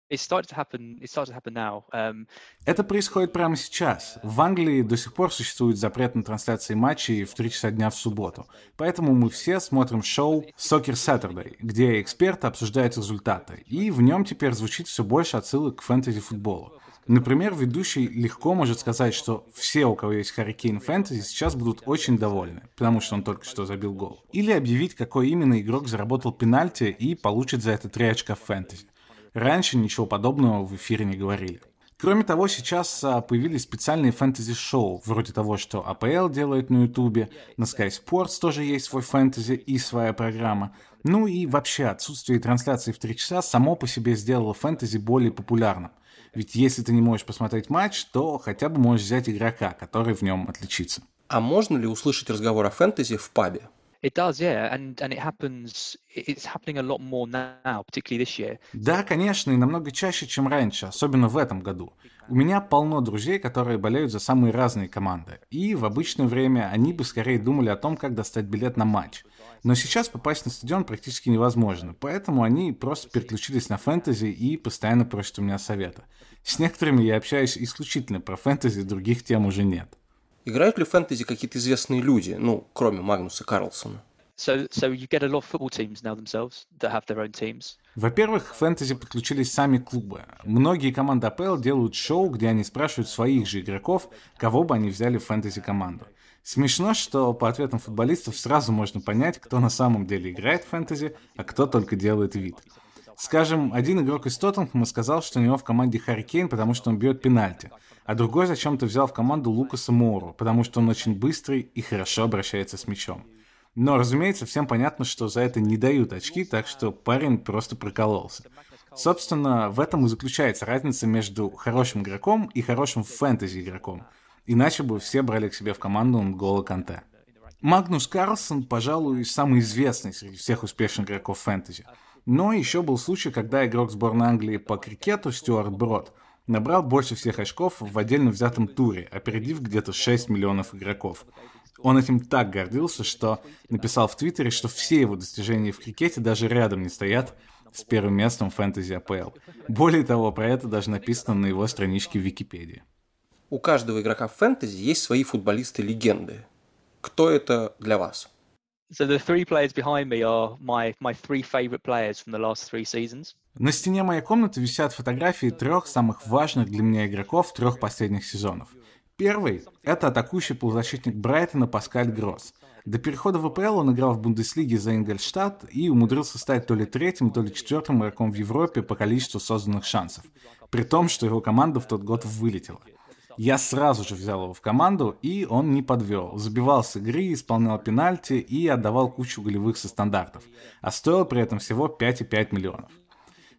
Это происходит прямо сейчас. В Англии до сих пор существует запрет на трансляции матчей в три часа дня в субботу. Поэтому мы все смотрим шоу Soccer Saturday, где эксперты обсуждают результаты. И в нем теперь звучит все больше отсылок к фэнтези-футболу. Например, ведущий легко может сказать, что все, у кого есть Харри Кейн фэнтези, сейчас будут очень довольны, потому что он только что забил гол. Или объявить, какой именно игрок заработал пенальти и получит за это три очка в фэнтези. Раньше ничего подобного в эфире не говорили. Кроме того, сейчас появились специальные фэнтези-шоу, вроде того, что а пэ эл делает на Ютубе, на Sky Sports тоже есть свой фэнтези и своя программа. Ну и вообще отсутствие трансляции в три часа само по себе сделало фэнтези более популярным. Ведь если ты не можешь посмотреть матч, то хотя бы можешь взять игрока, который в нем отличится. А можно ли услышать разговор о фэнтези в пабе? It does, yeah, and and it happens. It's happening a lot more now, particularly this year. Да, конечно, и намного чаще, чем раньше, особенно в этом году. У меня полно друзей, которые болеют за самые разные команды, и в обычное время они бы скорее думали о том, как достать билет на матч. Но сейчас попасть на стадион практически невозможно, поэтому они просто переключились на фэнтези и постоянно просят у меня совета. С некоторыми я общаюсь исключительно про фэнтези, других тем уже нет. Играют ли в фэнтези какие-то известные люди, ну, кроме Магнуса Карлсона? So, so you get a lot of football teams now themselves that have their own teams. Во-первых, к фэнтези подключились сами клубы. Многие команды а пэ эл делают шоу, где они спрашивают своих же игроков, кого бы они взяли в фэнтези-команду. Смешно, что по ответам футболистов сразу можно понять, кто на самом деле играет в фэнтези, а кто только делает вид. Скажем, один игрок из Тоттенхэма сказал, что у него в команде Харри Кейн, потому что он бьет пенальти, а другой зачем-то взял в команду Лукаса Моуру, потому что он очень быстрый и хорошо обращается с мячом. Но, разумеется, всем понятно, что за это не дают очки, так что парень просто прокололся. Собственно, в этом и заключается разница между хорошим игроком и хорошим фэнтези игроком. Иначе бы все брали к себе в команду Нголо Канте. Магнус Карлсон, пожалуй, самый известный среди всех успешных игроков фэнтези. Но еще был случай, когда игрок сборной Англии по крикету Стюарт Брод набрал больше всех очков в отдельно взятом туре, опередив где-то шесть миллионов игроков. Он этим так гордился, что написал в Твиттере, что все его достижения в крикете даже рядом не стоят с первым местом в фэнтези а пэ эл. Более того, про это даже написано на его страничке в Википедии. У каждого игрока в фэнтези есть свои футболисты-легенды. Кто это для вас? So the three players behind me are my my three favorite players from the last three seasons. На стене моей комнаты висят фотографии трех самых важных для меня игроков трех последних сезонов. Первый – это атакующий полузащитник Брайтона Паскаль Гросс. До перехода в а пэ эл он играл в Бундеслиге за Ингольштадт и умудрился стать то ли третьим, то ли четвертым игроком в Европе по количеству созданных шансов, при том, что его команда в тот год вылетела. Я сразу же взял его в команду, и он не подвел. Забивал с игры, исполнял пенальти и отдавал кучу голевых со стандартов, а стоил при этом всего пять целых пять десятых миллионов.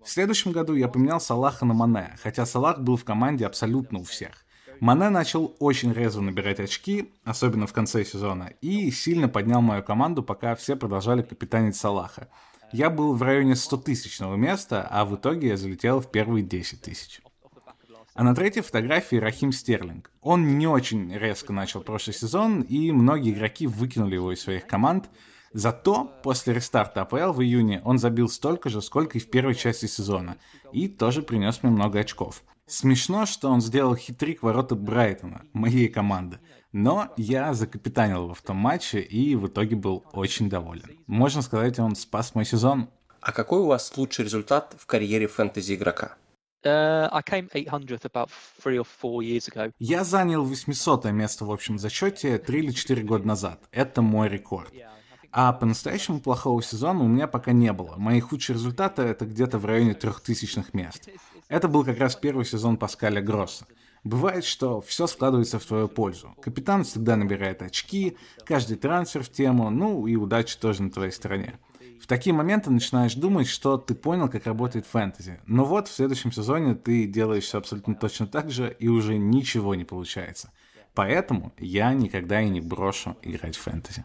В следующем году я поменял Салаха на Мане, хотя Салах был в команде абсолютно у всех. Мане начал очень резво набирать очки, особенно в конце сезона, и сильно поднял мою команду, пока все продолжали капитанить Салаха. Я был в районе стотысячного места, а в итоге я залетел в первые десять тысяч. А на третьей фотографии Рахим Стерлинг. Он не очень резко начал прошлый сезон, и многие игроки выкинули его из своих команд. Зато после рестарта АПЛ в июне он забил столько же, сколько и в первой части сезона, и тоже принес мне много очков. Смешно, что он сделал хитрик в ворота Брайтона, моей команды, но я закапитанил его в том матче и в итоге был очень доволен. Можно сказать, он спас мой сезон. А какой у вас лучший результат в карьере фэнтези-игрока? Uh, I came eight hundredth about three or four years ago. Я занял восьмисотое место в общем зачете три или четыре года назад. Это мой рекорд. А по-настоящему плохого сезона у меня пока не было. Мои худшие результаты — это где-то в районе трехтысячных мест. Это был как раз первый сезон Паскаля Гросса. Бывает, что все складывается в твою пользу. Капитан всегда набирает очки, каждый трансфер в тему, ну и удача тоже на твоей стороне. В такие моменты начинаешь думать, что ты понял, как работает фэнтези. Но вот в следующем сезоне ты делаешь все абсолютно точно так же, и уже ничего не получается. Поэтому я никогда и не брошу играть в фэнтези.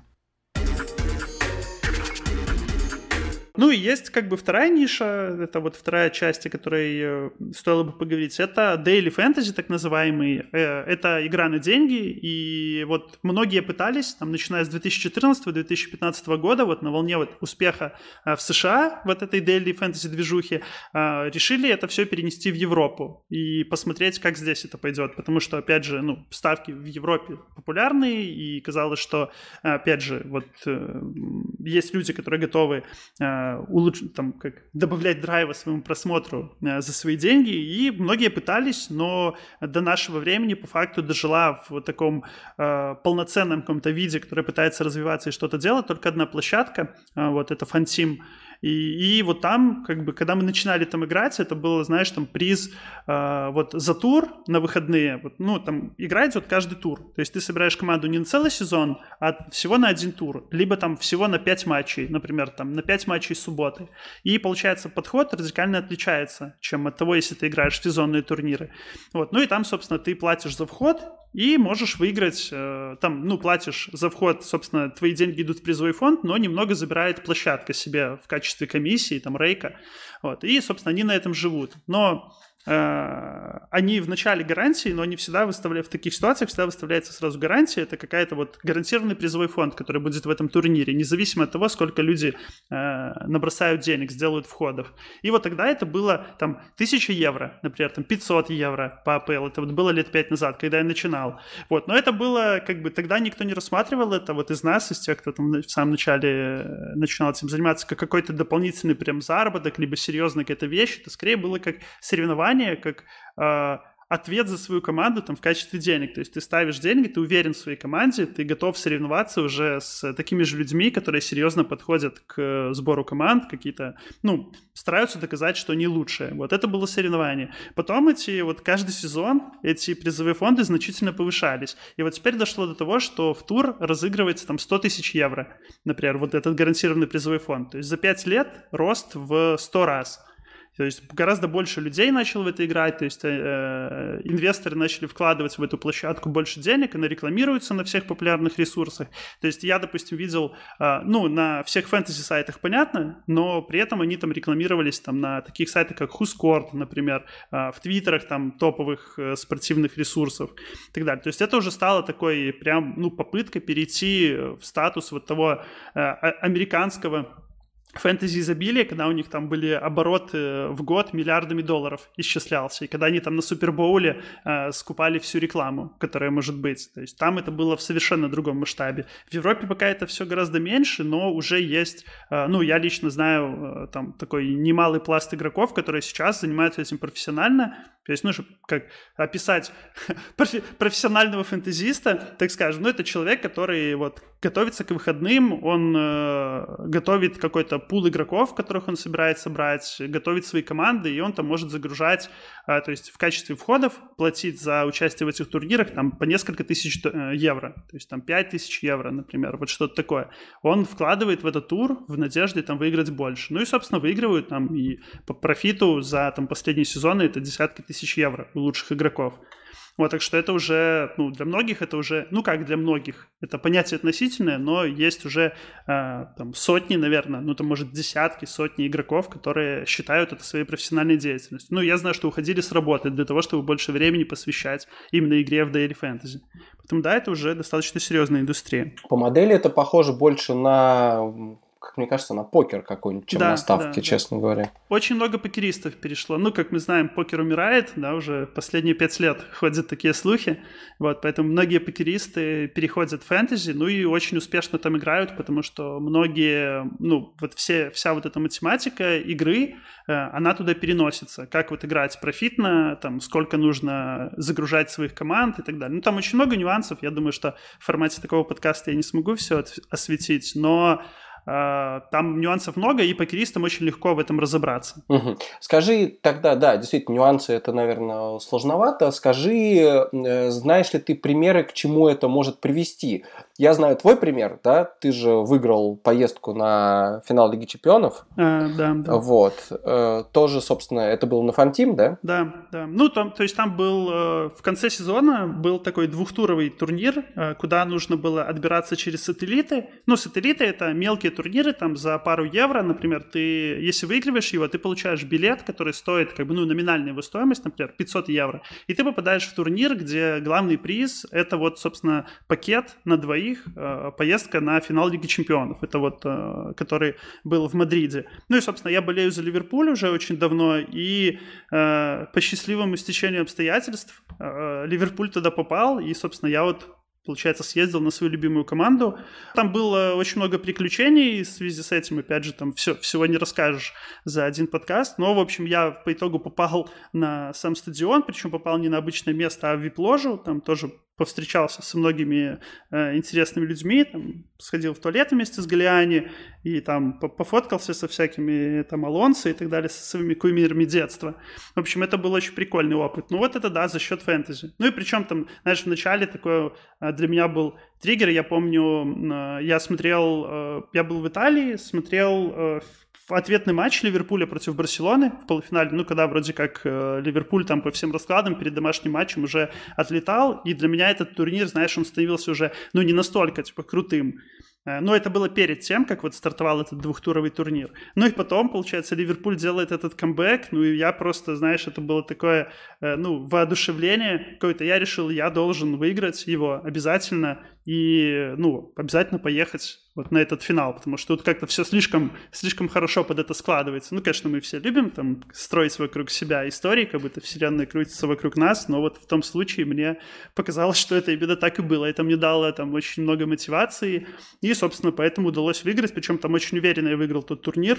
Ну и есть как бы вторая ниша, это вот вторая часть, о которой э, стоило бы поговорить, это Daily Fantasy, так называемый. Э, это игра на деньги, и вот многие пытались, там, начиная с две тысячи четырнадцатого - две тысячи пятнадцатого года, вот на волне вот успеха э, в США, вот этой Daily Fantasy движухи, э, решили это все перенести в Европу и посмотреть, как здесь это пойдет, потому что, опять же, ну, ставки в Европе популярные, и казалось, что, опять же, вот э, есть люди, которые готовы э, улучшить, там, как добавлять драйва своему просмотру э, за свои деньги, и многие пытались, но до нашего времени по факту дожила в вот таком э, полноценном каком-то виде, который пытается развиваться и что-то делать, только одна площадка, э, вот это Фантим. И, и вот там, как бы, когда мы начинали там играть, это было, знаешь, там приз э, вот за тур на выходные. Вот, ну, там игра идет каждый тур. То есть ты собираешь команду не на целый сезон, а всего на один тур. Либо там всего на пять матчей, например, там на пять матчей с субботы. И получается подход радикально отличается, чем от того, если ты играешь в сезонные турниры. Вот. Ну и там, собственно, ты платишь за вход и можешь выиграть, э, там, ну, платишь за вход, собственно, твои деньги идут в призовой фонд, но немного забирает площадка себе в качестве комиссии, там, рейка, вот, и, собственно, они на этом живут. Но э, они в начале гарантии, но они всегда выставляют, в таких ситуациях всегда выставляется сразу гарантия, это какая-то вот гарантированный призовой фонд, который будет в этом турнире, независимо от того, сколько люди э, набросают денег, сделают входов. И вот тогда это было, там, тысяча евро, например, там, пятьсот евро по АПЛ, это вот было лет пять назад, когда я начинал. Вот, но это было, как бы, тогда никто не рассматривал это, вот из нас, из тех, кто там в самом начале начинал этим заниматься, как какой-то дополнительный прям заработок, либо серьезная какая-то вещь, это скорее было как соревнование, как э, ответ за свою команду там в качестве денег. То есть ты ставишь деньги, ты уверен в своей команде, ты готов соревноваться уже с такими же людьми, которые серьезно подходят к сбору команд, какие-то, ну, стараются доказать, что они лучшие. Вот это было соревнование. Потом эти, вот каждый сезон эти призовые фонды значительно повышались. И вот теперь дошло до того, что в тур разыгрывается там сто тысяч евро. Например, вот этот гарантированный призовой фонд. То есть за пять лет рост в сто раз. То есть гораздо больше людей начало в это играть, то есть э, инвесторы начали вкладывать в эту площадку больше денег, она рекламируется на всех популярных ресурсах. То есть я, допустим, видел, э, ну, на всех фэнтези-сайтах, понятно, но при этом они там рекламировались там на таких сайтах, как WhoScored, например, э, в твиттерах там топовых э, спортивных ресурсов и так далее. То есть это уже стало такой прям, ну, попыткой перейти в статус вот того э, американского фэнтези-изобилие, когда у них там были обороты в год миллиардами долларов исчислялся, и когда они там на Супербоуле э, скупали всю рекламу, которая может быть. То есть там это было в совершенно другом масштабе. В Европе пока это все гораздо меньше, но уже есть, э, ну, я лично знаю э, там такой немалый пласт игроков, которые сейчас занимаются этим профессионально. То есть, ну, как описать профи- профессионального фэнтезиста, так скажем, ну, это человек, который вот готовится к выходным, он э, готовит какой-то пул игроков, которых он собирается брать, готовит свои команды, и он там может загружать, э, то есть в качестве входов платить за участие в этих турнирах там по несколько тысяч э, евро, то есть там пять тысяч евро, например, вот что-то такое. Он вкладывает в этот тур в надежде там выиграть больше. Ну и, собственно, выигрывают там и по профиту за там последние сезоны это десятки тысяч евро у лучших игроков. Вот, так что это уже, ну, для многих это уже, ну, как для многих, это понятие относительное, но есть уже э, там сотни, наверное, ну, там, может, десятки, сотни игроков, которые считают это своей профессиональной деятельностью. Ну, я знаю, что уходили с работы для того, чтобы больше времени посвящать именно игре в Daily Fantasy. Поэтому, да, это уже достаточно серьезная индустрия. По модели это похоже больше на... как мне кажется, на покер какой-нибудь, чем да, на ставки, да, честно да. говоря. Очень много покеристов перешло. Ну, как мы знаем, покер умирает, да, уже последние пять лет ходят такие слухи. Вот, поэтому многие покеристы переходят в фэнтези, ну и очень успешно там играют, потому что многие, ну, вот все, вся вот эта математика игры, э, она туда переносится. Как вот играть профитно, там, сколько нужно загружать своих команд и так далее. Ну, там очень много нюансов. Я думаю, что в формате такого подкаста я не смогу все осветить, но там нюансов много, и покеристам очень легко в этом разобраться. Угу. Скажи тогда, да, действительно, нюансы это, наверное, сложновато. Скажи, знаешь ли ты примеры, к чему это может привести? Я знаю твой пример, да, ты же выиграл поездку на финал Лиги Чемпионов. А, да, да. Вот. Тоже, собственно, это было на Фантим, да? Да, да. Ну, там, то есть там был, в конце сезона был такой двухтуровый турнир, куда нужно было отбираться через сателлиты. Ну, сателлиты — это мелкие турниры, там за пару евро, например, ты, если выигрываешь его, ты получаешь билет, который стоит, как бы, ну, номинальная его стоимость, например, пятьсот евро, и ты попадаешь в турнир, где главный приз — это вот, собственно, пакет на двоих, э, поездка на финал Лиги Чемпионов, это вот, э, который был в Мадриде. Ну и, собственно, я болею за Ливерпуль уже очень давно, и э, по счастливому стечению обстоятельств э, Ливерпуль туда попал, и, собственно, я вот, получается, съездил на свою любимую команду. Там было очень много приключений в связи с этим. Опять же, там все, всего не расскажешь за один подкаст. Но, в общем, я по итогу попал на сам стадион, причем попал не на обычное место, а в вип-ложу. Там тоже повстречался со многими э, интересными людьми, там, сходил в туалет вместе с Галиани и там пофоткался со всякими там Алонсо и так далее, со своими кумирами детства. В общем, это был очень прикольный опыт. Ну вот это, да, за счет фэнтези. Ну и причем там, знаешь, в начале такое для меня был триггер. Я помню, я смотрел, я был в Италии, смотрел ответный матч Ливерпуля против Барселоны в полуфинале, ну, когда вроде как э, Ливерпуль там по всем раскладам перед домашним матчем уже отлетал, и для меня этот турнир, знаешь, он становился уже, ну, не настолько, типа, крутым. Но это было перед тем, как вот стартовал этот двухтуровый турнир. Ну и потом, получается, Ливерпуль делает этот камбэк, ну и я просто, знаешь, это было такое, ну, воодушевление какое-то. Я решил, я должен выиграть его обязательно и, ну, обязательно поехать вот на этот финал, потому что тут как-то все слишком, слишком хорошо под это складывается. Ну, конечно, мы все любим там строить вокруг себя истории, как будто вселенная крутится вокруг нас, но вот в том случае мне показалось, что это именно так и было. Это мне дало там очень много мотивации, и, собственно, поэтому удалось выиграть, причем там очень уверенно я выиграл тот турнир.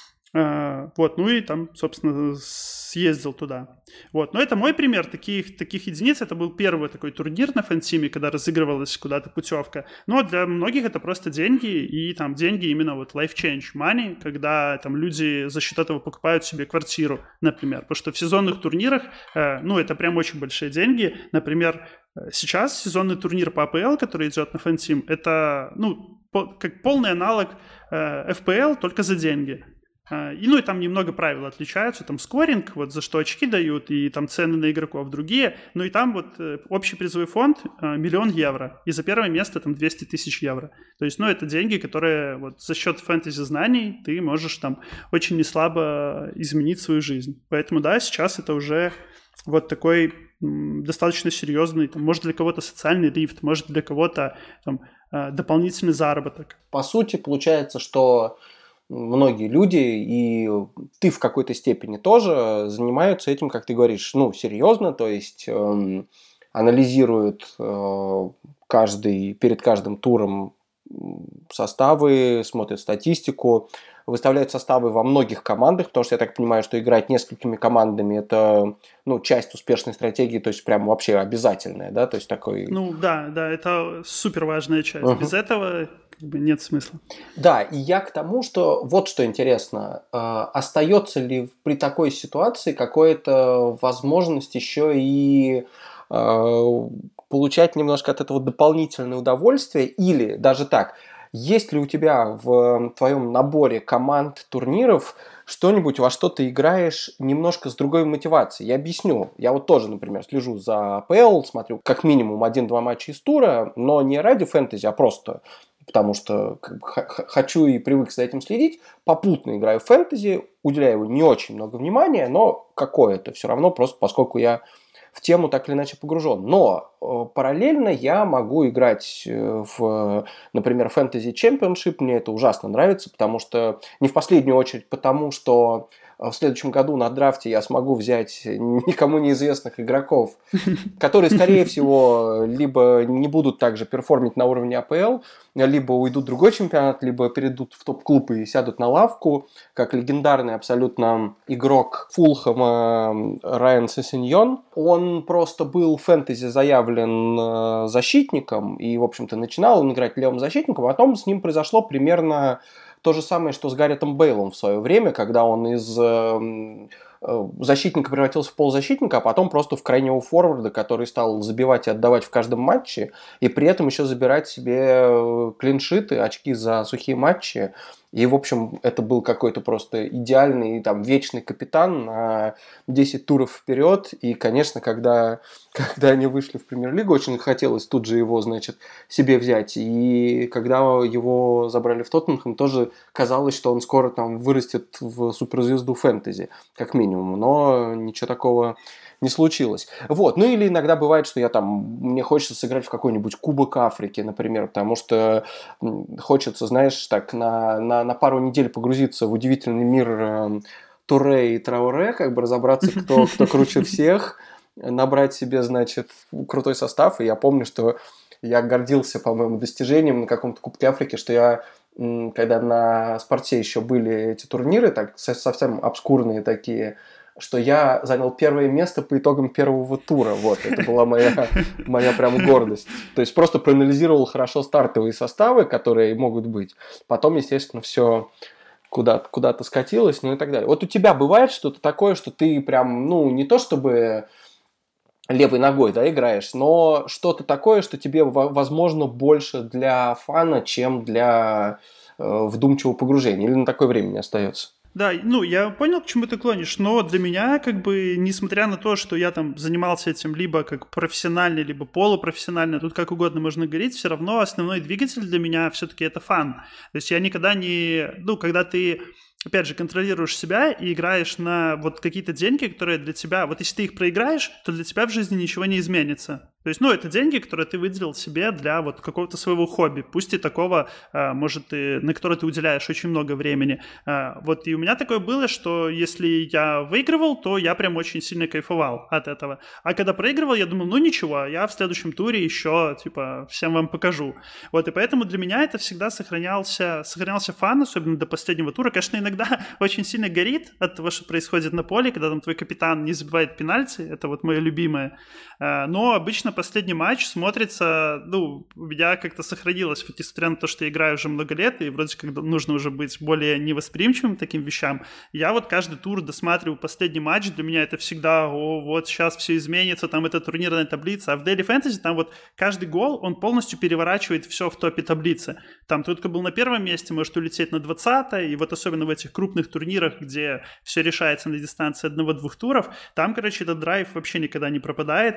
Uh, вот, ну и там, собственно, съездил туда. Вот, но это мой пример таких, таких единиц. Это был первый такой турнир на Фантиме, когда разыгрывалась куда-то путевка. Но для многих это просто деньги, и там деньги именно вот life change money, когда там люди за счет этого покупают себе квартиру, например. Потому что в сезонных турнирах, uh, ну, это прям очень большие деньги. Например, сейчас сезонный турнир по АПЛ, который идет на Фантим, это, ну, по, как полный аналог uh, эф пи эл, только за деньги. И, ну и там немного правил отличаются, там скоринг, вот за что очки дают, и там цены на игроков другие, ну и там вот общий призовой фонд миллион евро, и за первое место там двести тысяч евро. То есть, ну это деньги, которые вот за счет фэнтези-знаний ты можешь там очень неслабо изменить свою жизнь. Поэтому да, сейчас это уже вот такой м, достаточно серьезный, там, может для кого-то социальный лифт, может для кого-то там, дополнительный заработок. По сути, получается, что многие люди, и ты в какой-то степени тоже, занимаются этим, как ты говоришь, ну, серьезно, то есть э, анализируют э, каждый, перед каждым туром составы, смотрят статистику, выставляют составы во многих командах, потому что я так понимаю, что играть несколькими командами – это, ну, часть успешной стратегии, то есть прям вообще обязательная, да, то есть такой… Ну, да, да, это супер важная часть. Uh-huh. Без этого как бы нет смысла. Да, и я к тому, что вот что интересно, э, остается ли при такой ситуации какая-то возможность еще и э, получать немножко от этого дополнительное удовольствие, или даже так, есть ли у тебя в твоем наборе команд, турниров что-нибудь, во что ты играешь немножко с другой мотивацией? Я объясню. Я вот тоже, например, слежу за АПЛ, смотрю как минимум один-два матча из тура, но не ради фэнтези, а просто потому что как бы, х- хочу и привык за этим следить. Попутно играю в фэнтези, уделяю его не очень много внимания, но какое-то все равно, просто поскольку я в тему так или иначе погружен. Но э, параллельно я могу играть в, например, Fantasy Championship. Мне это ужасно нравится, потому что, не в последнюю очередь, потому что в следующем году на драфте я смогу взять никому неизвестных игроков, которые, скорее всего, либо не будут также перформить на уровне АПЛ, либо уйдут в другой чемпионат, либо перейдут в топ-клуб и сядут на лавку, как легендарный абсолютно игрок Фулхэма Райан Сессиньон. Он просто был в фэнтези заявлен защитником и, в общем-то, начинал он играть левым защитником, а потом с ним произошло примерно то же самое, что с Гарретом Бейлом в свое время, когда он из э, э, защитника превратился в полузащитника, а потом просто в крайнего форварда, который стал забивать и отдавать в каждом матче, и при этом еще забирать себе клиншиты, очки за сухие матчи. И, в общем, это был какой-то просто идеальный, там, вечный капитан на десять туров вперед. И, конечно, когда, когда они вышли в Премьер-лигу, очень хотелось тут же его, значит, себе взять. И когда его забрали в Тоттенхэм, тоже казалось, что он скоро там вырастет в суперзвезду фэнтези, как минимум. Но ничего такого не случилось. Вот. Ну или иногда бывает, что я там, мне хочется сыграть в какой-нибудь Кубок Африки, например, потому что хочется, знаешь, так на, на, на пару недель погрузиться в удивительный мир э, Туре и Трауре, как бы разобраться, кто, кто круче всех, набрать себе, значит, крутой состав. И я помню, что я гордился, по-моему, достижением на каком-то Кубке Африки, что я, когда на Спорте еще были эти турниры, так совсем обскурные такие, что я занял первое место по итогам первого тура. Вот, это была моя, моя прям гордость. То есть просто проанализировал хорошо стартовые составы, которые могут быть. Потом, естественно, все куда-то, куда-то скатилось, ну и так далее. Вот у тебя бывает что-то такое, что ты прям, ну, не то чтобы левой ногой, да, играешь, но что-то такое, что тебе, возможно, больше для фана, чем для э, вдумчивого погружения? Или на такое время не остается? Да, ну, я понял, к чему ты клонишь, но для меня, как бы, несмотря на то, что я там занимался этим либо как профессионально, либо полупрофессионально, тут как угодно можно говорить, все равно основной двигатель для меня все-таки это фан. То есть я никогда не... Ну, когда ты, опять же, контролируешь себя и играешь на вот какие-то деньги, которые для тебя... Вот если ты их проиграешь, то для тебя в жизни ничего не изменится. То есть, ну, это деньги, которые ты выделил себе для вот какого-то своего хобби, пусть и такого, может, и, на которое ты уделяешь очень много времени. Вот, и у меня такое было, что если я выигрывал, то я прям очень сильно кайфовал от этого. А когда проигрывал, я думал, ну, ничего, я в следующем туре еще, типа, всем вам покажу. Вот, и поэтому для меня это всегда сохранялся, сохранялся фан, особенно до последнего тура. Конечно, иногда очень сильно горит от того, что происходит на поле, когда там твой капитан не забивает пенальти, это вот мое любимое. Но обычно последний матч смотрится, ну, у меня как-то сохранилось, вот несмотря на то, что я играю уже много лет, и вроде как нужно уже быть более невосприимчивым к таким вещам, я вот каждый тур досматриваю последний матч, для меня это всегда, о, вот сейчас все изменится, там это турнирная таблица, а в Daily Fantasy там вот каждый гол, он полностью переворачивает все в топе таблицы. Там только был на первом месте, может улететь на двадцатое, и вот особенно в этих крупных турнирах, где все решается на дистанции одного-двух туров, там, короче, этот драйв вообще никогда не пропадает,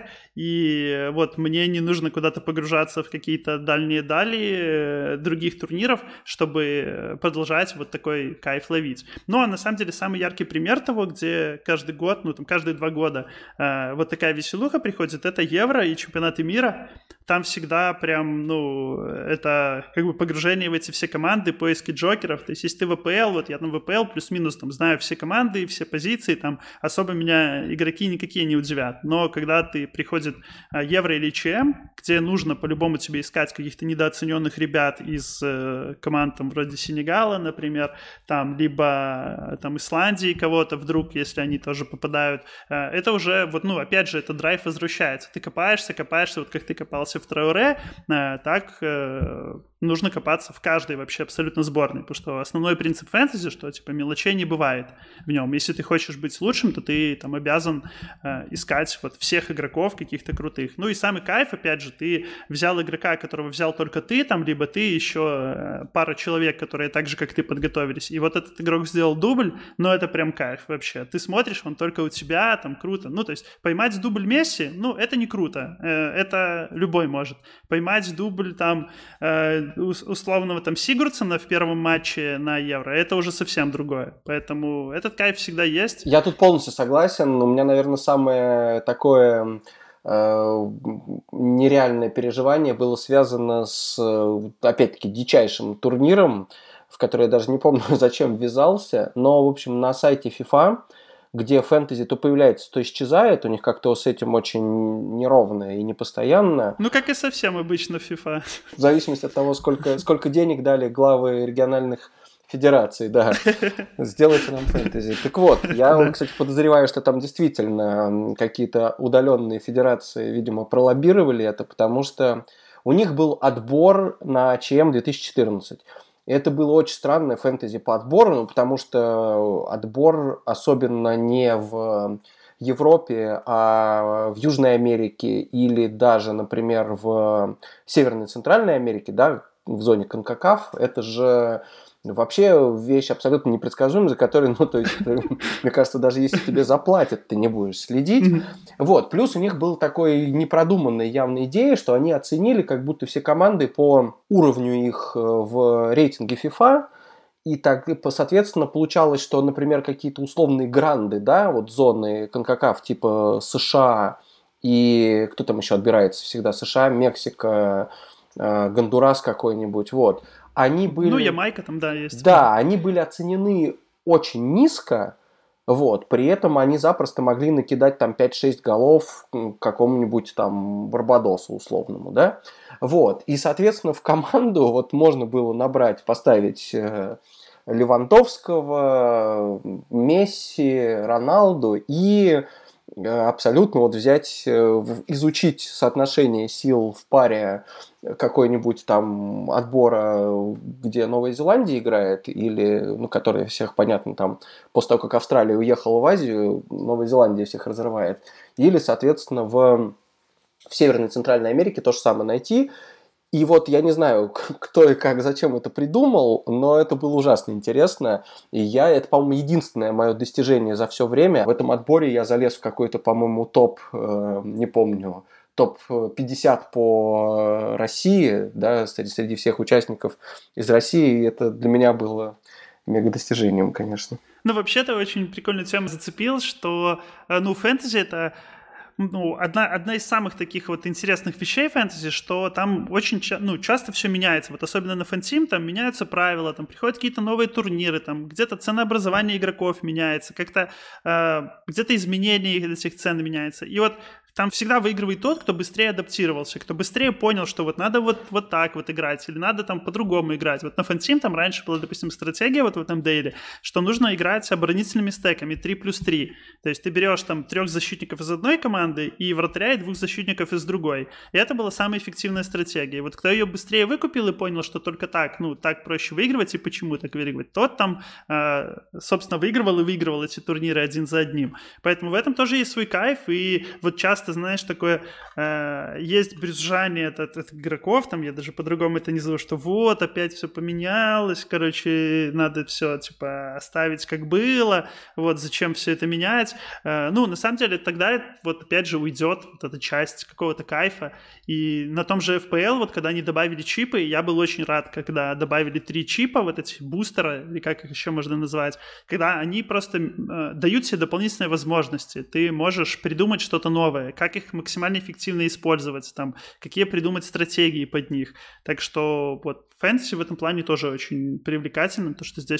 и вот мне не нужно куда-то погружаться в какие-то дальние дали других турниров, чтобы продолжать вот такой кайф ловить. Ну, а на самом деле самый яркий пример того, где каждый год, ну, там, каждые два года э, вот такая веселуха приходит, это Евро и чемпионаты мира. Там всегда прям, ну, это как бы погружение в эти все команды, поиски джокеров. То есть, если ты в ВПЛ, вот я там в ВПЛ плюс-минус там знаю все команды, все позиции, там особо меня игроки никакие не удивят. Но когда ты приходит Евро или ЧМ, где нужно по-любому тебе искать каких-то недооцененных ребят из э, команд там, вроде Сенегала, например, там, либо там, Исландии кого-то вдруг, если они тоже попадают. Э, это уже, вот, ну, опять же, этот драйв возвращается. Ты копаешься, копаешься, вот как ты копался в Трауре, э, так э, нужно копаться в каждой вообще абсолютно сборной, потому что основной принцип фэнтези, что, типа, мелочей не бывает в нем. Если ты хочешь быть лучшим, то ты там обязан э, искать вот всех игроков каких-то крутых. Ну и самый кайф, опять же, ты взял игрока, которого взял только ты, там, либо ты, еще э, пара человек, которые так же, как ты, подготовились. И вот этот игрок сделал дубль, но это прям кайф вообще. Ты смотришь, он только у тебя, там, круто. Ну, то есть поймать дубль Месси, ну, это не круто. Э, это любой может. Поймать дубль, там, э, условного, там, Сигурдсона в первом матче на Евро, это уже совсем другое. Поэтому этот кайф всегда есть. Я тут полностью согласен. У меня, наверное, самое такое э, нереальное переживание было связано с, опять-таки, дичайшим турниром, в который я даже не помню, зачем ввязался. Но, в общем, на сайте FIFA, где фэнтези то появляется, то исчезает, у них как-то с этим очень неровно и непостоянно. Ну, как и совсем обычно в FIFA. В зависимости от того, сколько, сколько денег дали главы региональных федераций, да, сделайте нам фэнтези. Так вот, я, кстати, подозреваю, что там действительно какие-то удаленные федерации, видимо, пролоббировали это, потому что у них был отбор на ЧМ две тысячи четырнадцать. И это было очень странное фэнтези по отбору, ну, потому что отбор особенно не в Европе, а в Южной Америке или даже, например, в Северной и Центральной Америке, да, в зоне конкакаф, это же вообще вещь абсолютно непредсказуемая, за которой, ну, то есть, мне кажется, даже если тебе заплатят, ты не будешь следить. Mm-hmm. Вот. Плюс у них был такой непродуманной явной идея, что они оценили как будто все команды по уровню их в рейтинге FIFA, и так, соответственно, получалось, что, например, какие-то условные гранды, да, вот зоны конкакаф типа США и кто там еще отбирается всегда, США, Мексика, Гондурас какой-нибудь, вот. Они были... Ну, Ямайка там, да, есть. Да, они были оценены очень низко, вот, при этом они запросто могли накидать там пять-шесть голов какому-нибудь там Барбадосу условному, да, вот, и, соответственно, в команду вот можно было набрать, поставить э, Левандовского, Месси, Роналду и абсолютно вот взять, изучить соотношение сил в паре какой-нибудь там отбора, где Новая Зеландия играет, или, ну, который всех, понятно, там, после того, как Австралия уехала в Азию, Новая Зеландия всех разрывает, или, соответственно, в, в Северной и Центральной Америке то же самое найти. И вот я не знаю, кто и как, зачем это придумал, но это было ужасно интересно. И я, это, по-моему, единственное мое достижение за все время. В этом отборе я залез в какой-то, по-моему, топ, э, не помню, топ пятьдесят по России, да, среди, среди всех участников из России. И это для меня было мега достижением, конечно. Ну, вообще-то очень прикольную тему зацепил, что, ну, фэнтези — это... Ну, одна, одна из самых таких вот интересных вещей фэнтези, что там очень ча- ну, часто все меняется. Вот особенно на фэнтим там меняются правила, там приходят какие-то новые турниры, там где-то ценообразование игроков меняется, как-то э, где-то изменение этих цен меняется. И вот там всегда выигрывает тот, кто быстрее адаптировался, кто быстрее понял, что вот надо вот, вот так вот играть, или надо там по-другому играть. Вот на фэнтим там раньше была, допустим, стратегия вот в этом дейле, что нужно играть оборонительными стеками три плюс три. То есть ты берешь там трех защитников из одной команды и вратаря и двух защитников из другой. И это была самая эффективная стратегия. И вот кто ее быстрее выкупил и понял, что только так, ну, так проще выигрывать, и почему так выигрывать, тот там, э, собственно, выигрывал и выигрывал эти турниры один за одним. Поэтому в этом тоже есть свой кайф, и вот часто, знаешь, такое, э, есть брюзжание от, от, от игроков, там я даже по-другому это не назову, что вот, опять все поменялось, короче, надо все, типа, оставить как было, вот, зачем все это менять. Э, ну, на самом деле, тогда, вот, опять же, уйдет вот эта часть какого-то кайфа, и на том же эф пи эл, вот, когда они добавили чипы, я был очень рад, когда добавили три чипа, вот эти бустера, или как их еще можно назвать, когда они просто э, дают себе дополнительные возможности, ты можешь придумать что-то новое, как их максимально эффективно использовать, там, какие придумать стратегии под них. Так что вот фэнтези в этом плане тоже очень привлекательно, то, что здесь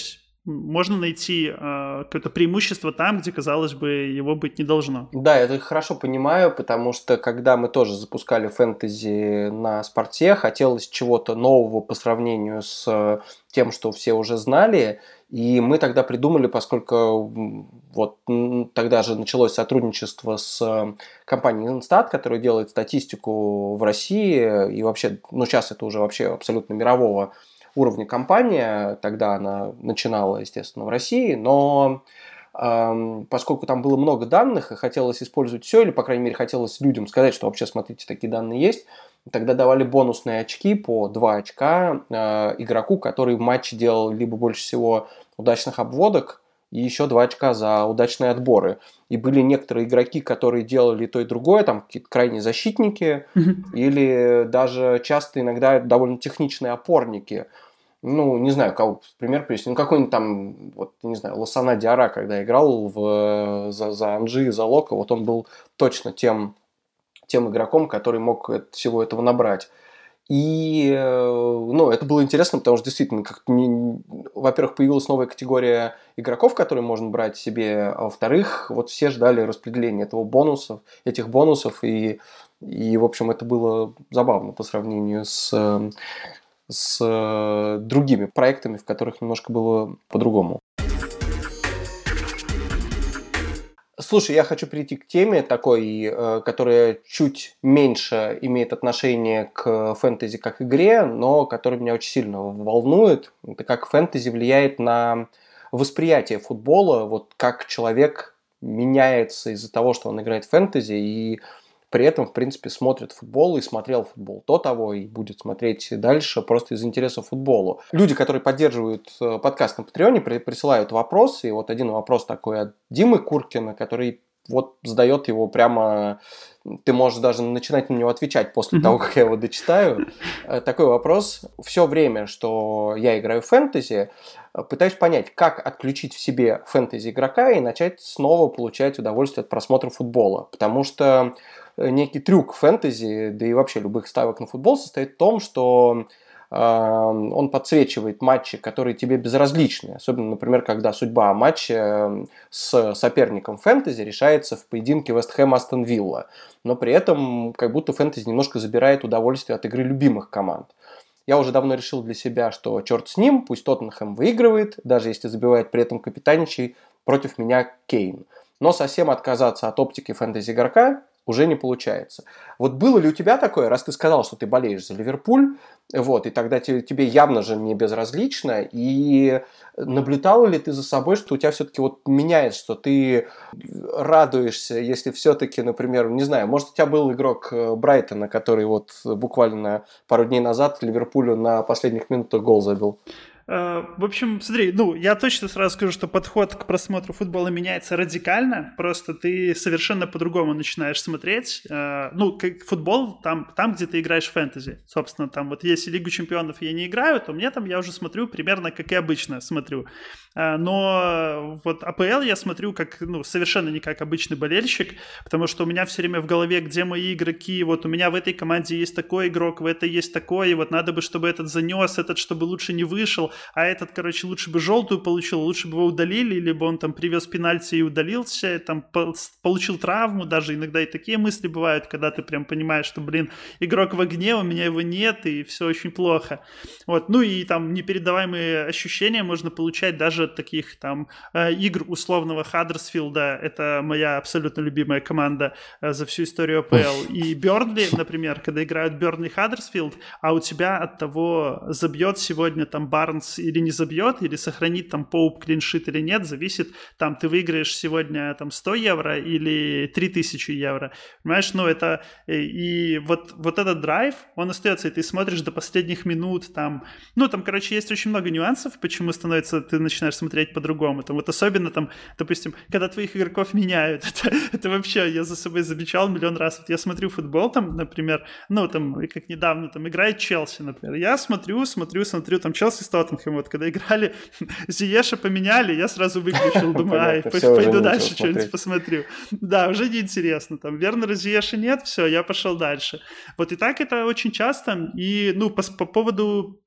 можно найти э, какое-то преимущество там, где, казалось бы, его быть не должно. Да, я это хорошо понимаю, потому что когда мы тоже запускали фэнтези на спорте, хотелось чего-то нового по сравнению с тем, что все уже знали, и мы тогда придумали, поскольку вот тогда же началось сотрудничество с компанией Instat, которая делает статистику в России, и вообще, ну сейчас это уже вообще абсолютно мирового уровня компания, тогда она начинала, естественно, в России, но э, поскольку там было много данных и хотелось использовать все, или, по крайней мере, хотелось людям сказать, что вообще, смотрите, такие данные есть, тогда давали бонусные очки по два очка э, игроку, который в матче делал либо больше всего удачных обводок, и еще два очка за удачные отборы. И были некоторые игроки, которые делали то и другое, там какие-то крайние защитники, mm-hmm. или даже часто иногда довольно техничные опорники. Ну, не знаю, кого пример привести. Ну, какой-нибудь там, вот, не знаю, Лосана Диара, когда играл в, за, за Анжи и за Лока, вот он был точно тем, тем игроком, который мог всего этого набрать. И, ну, это было интересно, потому что действительно, как-то не... во-первых, появилась новая категория игроков, которые можно брать себе, а во-вторых, вот все ждали распределения этого бонусов, этих бонусов, и, и, в общем, это было забавно по сравнению с, с другими проектами, в которых немножко было по-другому. Слушай, я хочу перейти к теме такой, которая чуть меньше имеет отношение к фэнтези как игре, но которая меня очень сильно волнует. Это как фэнтези влияет на восприятие футбола, вот как человек меняется из-за того, что он играет в фэнтези, и при этом, в принципе, смотрит футбол и смотрел футбол до того, и будет смотреть дальше просто из интереса к футболу. Люди, которые поддерживают подкаст на Патреоне, присылают вопросы. И вот один вопрос такой от Димы Куркина, который вот задает его прямо... Ты можешь даже начинать на него отвечать после mm-hmm. того, как я его дочитаю. Такой вопрос. Все время, что я играю в фэнтези, пытаюсь понять, как отключить в себе фэнтези игрока и начать снова получать удовольствие от просмотра футбола. Потому что некий трюк фэнтези, да и вообще любых ставок на футбол состоит в том, что э, он подсвечивает матчи, которые тебе безразличны. Особенно, например, когда судьба матча с соперником фэнтези решается в поединке Вест Хэм-Астон Вилла. Но при этом как будто фэнтези немножко забирает удовольствие от игры любимых команд. Я уже давно решил для себя, что черт с ним, пусть Тоттенхэм выигрывает, даже если забивает при этом капитаничей против меня Кейн. Но совсем отказаться от оптики фэнтези-игрока уже не получается. Вот было ли у тебя такое, раз ты сказал, что ты болеешь за Ливерпуль, вот, и тогда тебе, тебе явно же не безразлично, и наблюдал ли ты за собой, что у тебя все-таки вот меняется, что ты радуешься, если все-таки, например, не знаю, может, у тебя был игрок Брайтона, который вот буквально пару дней назад Ливерпулю на последних минутах гол забил? В общем, смотри, ну, я точно сразу скажу, что подход к просмотру футбола меняется радикально, просто ты совершенно по-другому начинаешь смотреть. Ну, как футбол там, там, где ты играешь в фэнтези. Собственно, там вот если Лигу чемпионов я не играю, то мне там я уже смотрю примерно как и обычно смотрю. Но вот АПЛ я смотрю как, ну, совершенно не как обычный болельщик, потому что у меня все время в голове, где мои игроки, вот у меня в этой команде есть такой игрок, в этой есть такой, и вот надо бы, чтобы этот занес, этот, чтобы лучше не вышел, а этот, короче, лучше бы желтую получил, лучше бы его удалили, либо он там привез пенальти и удалился, там получил травму, даже иногда и такие мысли бывают, когда ты прям понимаешь, что, блин, игрок в огне, у меня его нет, и все очень плохо. Вот, ну и там непередаваемые ощущения можно получать даже от таких там игр условного Хаддерсфилда, это моя абсолютно любимая команда за всю историю АПЛ, и Бёрнли, например, когда играют Бёрнли Хаддерсфилд, а у тебя от того, забьет сегодня там Барнс или не забьет, или сохранит там Поуп клиншит или нет, зависит, там ты выиграешь сегодня там сто евро или три тысячи евро, понимаешь, ну это и вот, вот этот драйв, он остается, и ты смотришь до последних минут, там, ну там, короче, есть очень много нюансов, почему становится, ты начинаешь смотреть по-другому, там вот особенно там, допустим, когда твоих игроков меняют, это, это вообще, я за собой замечал миллион раз, вот я смотрю футбол там, например, ну там, как недавно там играет Челси, например, я смотрю, смотрю, смотрю, там Челси с Тоттенхэмом, вот когда играли, Зиеша поменяли, я сразу выключил, думаю, ай, пойду дальше что-нибудь посмотрю. Да, уже неинтересно, там Вернера Зиеша нет, все, я пошел дальше. Вот и так это очень часто, и, ну, по, по поводу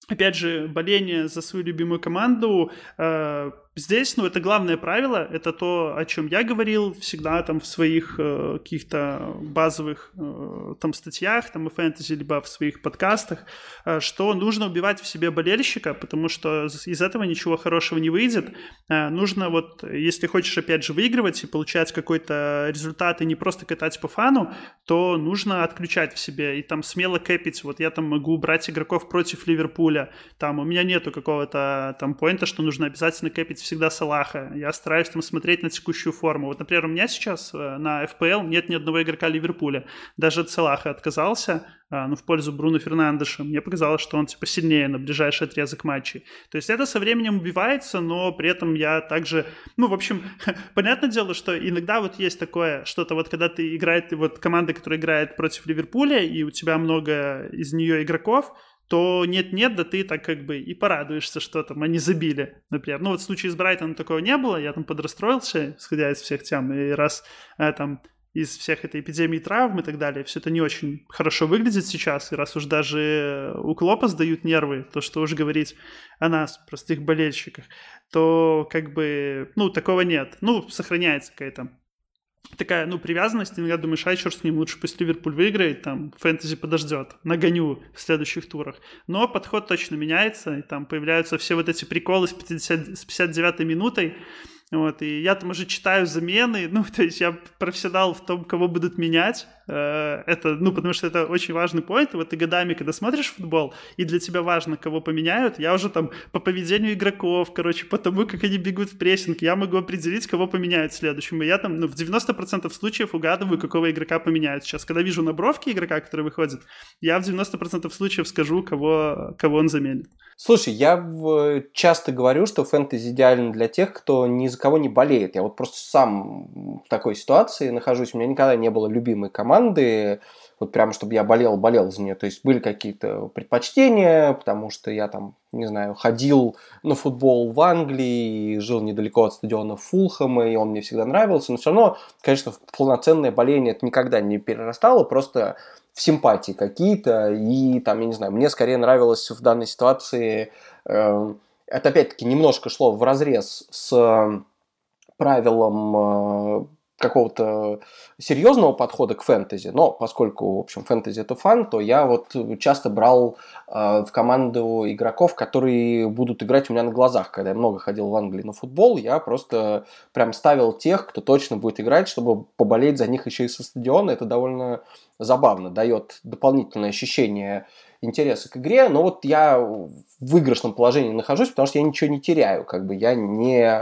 опять же, боление за свою любимую команду, э, здесь, ну, это главное правило, это то, о чем я говорил всегда там в своих э, каких-то базовых э, там статьях, там и фэнтези, либо в своих подкастах, э, что нужно убивать в себе болельщика, потому что из этого ничего хорошего не выйдет. Э, нужно вот, если хочешь, опять же, выигрывать и получать какой-то результат и не просто катать по фану, то нужно отключать в себе и там смело кэпить. Вот я там могу брать игроков против Ливерпуля, там у меня нету какого-то там поинта, что нужно обязательно кэпить всегда Салаха. Я стараюсь там смотреть на текущую форму. Вот, например, у меня сейчас на эф пи эл нет ни одного игрока Ливерпуля. Даже от Салаха отказался, ну, в пользу Бруно Фернандеша. Мне показалось, что он типа сильнее на ближайший отрезок матчей. То есть это со временем убивается, но при этом я также... Ну, в общем, понятное дело, что иногда вот есть такое, что-то вот когда ты играешь, вот команда, которая играет против Ливерпуля, и у тебя много из нее игроков, то нет-нет, да ты так как бы и порадуешься, что там они забили, например. Ну вот в случае с Брайтоном такого не было, я там подрастроился, исходя из всех тем, и раз э, там из всех этой эпидемии травм и так далее, все это не очень хорошо выглядит сейчас, и раз уж даже у Клопа сдают нервы, то что уж говорить о нас, простых болельщиках, то как бы, ну, такого нет. Ну, сохраняется какая-то такая, ну, привязанность, иногда думаешь, ай, черт с ним, лучше пусть Ливерпуль выиграет, там, фэнтези подождет, нагоню в следующих турах. Но подход точно меняется, и там появляются все вот эти приколы с, пятьдесят, с пятьдесят девятой минутой, вот, и я там уже читаю замены, ну, то есть я профессионал в том, кого будут менять, это, ну, потому что это очень важный поинт, и вот ты годами, когда смотришь футбол, и для тебя важно, кого поменяют, я уже там по поведению игроков, короче, по тому, как они бегут в прессинг, я могу определить, кого поменяют следующим, и я там, ну, в девяносто процентов случаев угадываю, какого игрока поменяют сейчас. Когда вижу на бровке игрока, который выходит, я в девяносто процентов случаев скажу, кого, кого он заменит. Слушай, я часто говорю, что фэнтези идеально для тех, кто ни за кого не болеет. Я вот просто сам в такой ситуации нахожусь. У меня никогда не было любимой команды, вот прям, чтобы я болел, болел за нее. То есть были какие-то предпочтения, потому что я там, не знаю, ходил на футбол в Англии, жил недалеко от стадиона Фулхэма, и он мне всегда нравился. Но все равно, конечно, в полноценное боление это никогда не перерастало, просто в симпатии какие-то, и там, я не знаю, мне скорее нравилось в данной ситуации, э, это опять-таки немножко шло вразрез с правилом э, какого-то серьезного подхода к фэнтези, но поскольку, в общем, фэнтези это фан, то я вот часто брал э, в команду игроков, которые будут играть у меня на глазах. Когда я много ходил в Англии на футбол, я просто прям ставил тех, кто точно будет играть, чтобы поболеть за них еще и со стадиона. Это довольно забавно, дает дополнительное ощущение интереса к игре, но вот я в выигрышном положении нахожусь, потому что я ничего не теряю, как бы я не...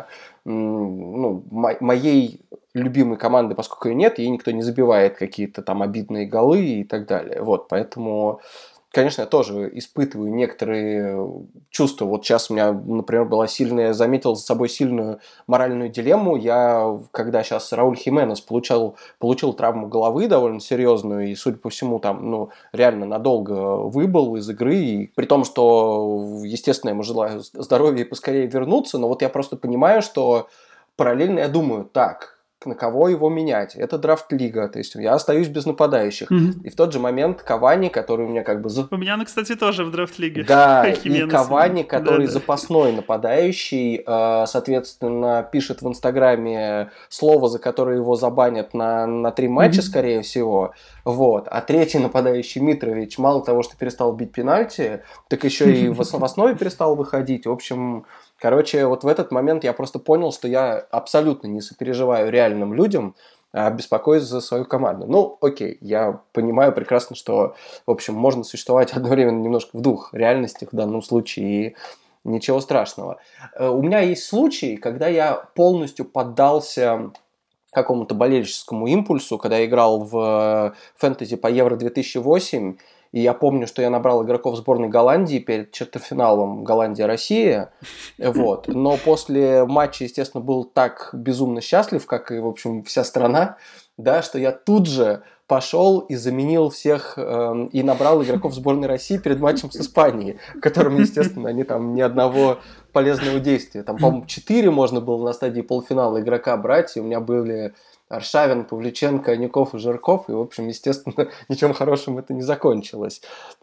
Ну, моей любимой команды, поскольку ее нет, ей никто не забивает какие-то там обидные голы и так далее. Вот, поэтому, конечно, я тоже испытываю некоторые чувства. Вот сейчас у меня, например, была сильная, заметил за собой сильную моральную дилемму. Я, когда сейчас Рауль Хименес получал, получил травму головы довольно серьезную, и, судя по всему, там, ну, реально надолго выбыл из игры, и при том, что, естественно, я ему желаю здоровья и поскорее вернуться, но вот я просто понимаю, что параллельно я думаю, так, на кого его менять. Это драфт-лига, то есть я остаюсь без нападающих. Mm-hmm. И в тот же момент Кавани, который у меня как бы... У меня, ну, кстати, тоже в драфт-лиге. Да, и Кавани, который да, запасной да. нападающий, соответственно, пишет в Инстаграме слово, за которое его забанят на, на три матча, mm-hmm. скорее всего. Вот. А третий нападающий Митрович, мало того, что перестал бить пенальти, так еще и в основе перестал выходить. В общем... Короче, вот в этот момент я просто понял, что я абсолютно не сопереживаю реальным людям, а беспокоюсь за свою команду. Ну, окей, я понимаю прекрасно, что, в общем, можно существовать одновременно немножко в двух реальностях в данном случае, и ничего страшного. У меня есть случай, когда я полностью поддался какому-то болельческому импульсу, когда я играл в фэнтези по Евро две тысячи восемь, и я помню, что я набрал игроков сборной Голландии перед четвертьфиналом Голландия-Россия. Вот. Но после матча, естественно, был так безумно счастлив, как и, в общем, вся страна, да, что я тут же пошел и заменил всех э, и набрал игроков сборной России перед матчем с Испанией, в котором, естественно, они там ни одного полезного действия. Там, по-моему, четыре можно было на стадии полуфинала игрока брать, и у меня были Аршавин, Павличенко, Ников и Жирков, и, в общем, естественно, ничем хорошим это не закончилось.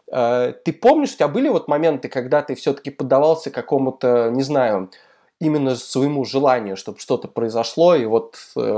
Ты помнишь, у тебя были вот моменты, когда ты все-таки поддавался какому-то, не знаю, именно своему желанию, чтобы что-то произошло, и вот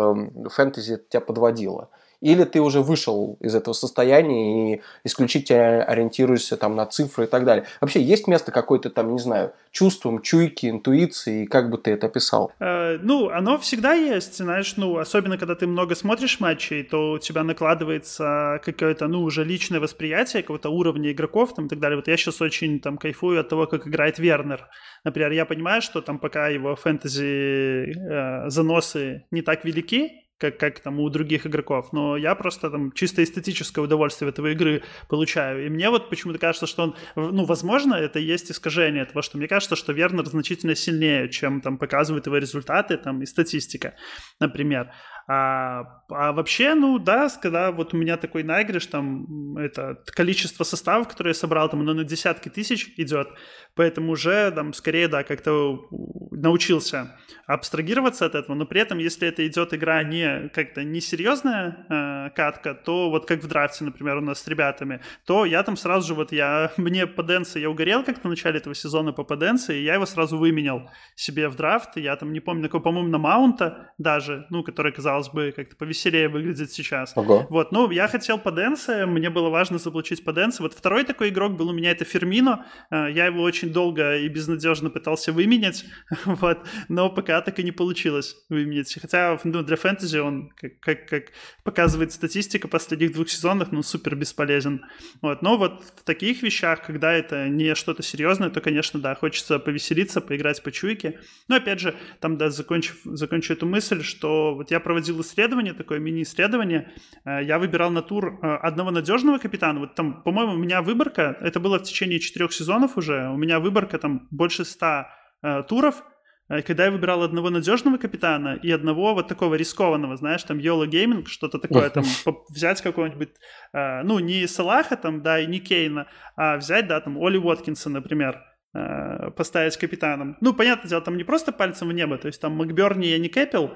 фэнтези тебя подводило? Или ты уже вышел из этого состояния и исключительно ориентируешься там на цифры и так далее? Вообще есть место какое-то там, не знаю, чувствам, чуйки, интуиции, как бы ты это описал? Э, ну, оно всегда есть, знаешь, ну, особенно когда ты много смотришь матчей, то у тебя накладывается какое-то, ну, уже личное восприятие какого-то уровня игроков там и так далее. Вот я сейчас очень там кайфую от того, как играет Вернер. Например, я понимаю, что там пока его фэнтези э, заносы не так велики, как, как там у других игроков, но я просто там чисто эстетическое удовольствие от этой игры получаю. И мне вот почему-то кажется, что он, ну, возможно, это есть искажение этого, что мне кажется, что Вернер значительно сильнее, чем там показывают его результаты там и статистика, например. А, а вообще, ну да, когда вот у меня такой наигрыш, там это количество составов, которые я собрал, там оно на десятки тысяч идет, поэтому уже там скорее, да, как-то научился абстрагироваться от этого, но при этом, если это идет игра не как-то несерьезная э, катка, то вот как в драфте, например, у нас с ребятами, то я там сразу же вот я, мне по Дэнсе, я угорел как-то в начале этого сезона по Дэнсе, и я его сразу выменял себе в драфт, я там не помню, на какого, по-моему, на Маунта даже, ну, который казалось бы, как-то повеселее выглядит сейчас. Ого. Вот, ну, я хотел по Дэнсе, мне было важно заполучить по Дэнсе. Вот второй такой игрок был у меня, это Фермино. Я его очень долго и безнадежно пытался выменять, вот, но пока так и не получилось выменять. Хотя, ну, для фэнтези он, как, как, как показывает статистика последних двух сезонов, ну, супер бесполезен. Вот, но вот в таких вещах, когда это не что-то серьезное, то, конечно, да, хочется повеселиться, поиграть по чуйке. Но, опять же, там, да, закончив, закончу эту мысль, что вот я проводил исследование, такое мини-исследование, я выбирал на тур одного надежного капитана, вот там, по-моему, у меня выборка, это было в течение четырех сезонов уже, у меня выборка там больше ста э, туров, когда я выбирал одного надежного капитана и одного вот такого рискованного, знаешь, там YOLO Gaming, что-то такое, там взять какого-нибудь, э, ну, не Салаха там, да, и не Кейна, а взять, да, там, Оли Уоткинса, например, поставить капитаном. Ну, понятное дело, там не просто пальцем в небо, то есть там Макберни я не кэпил,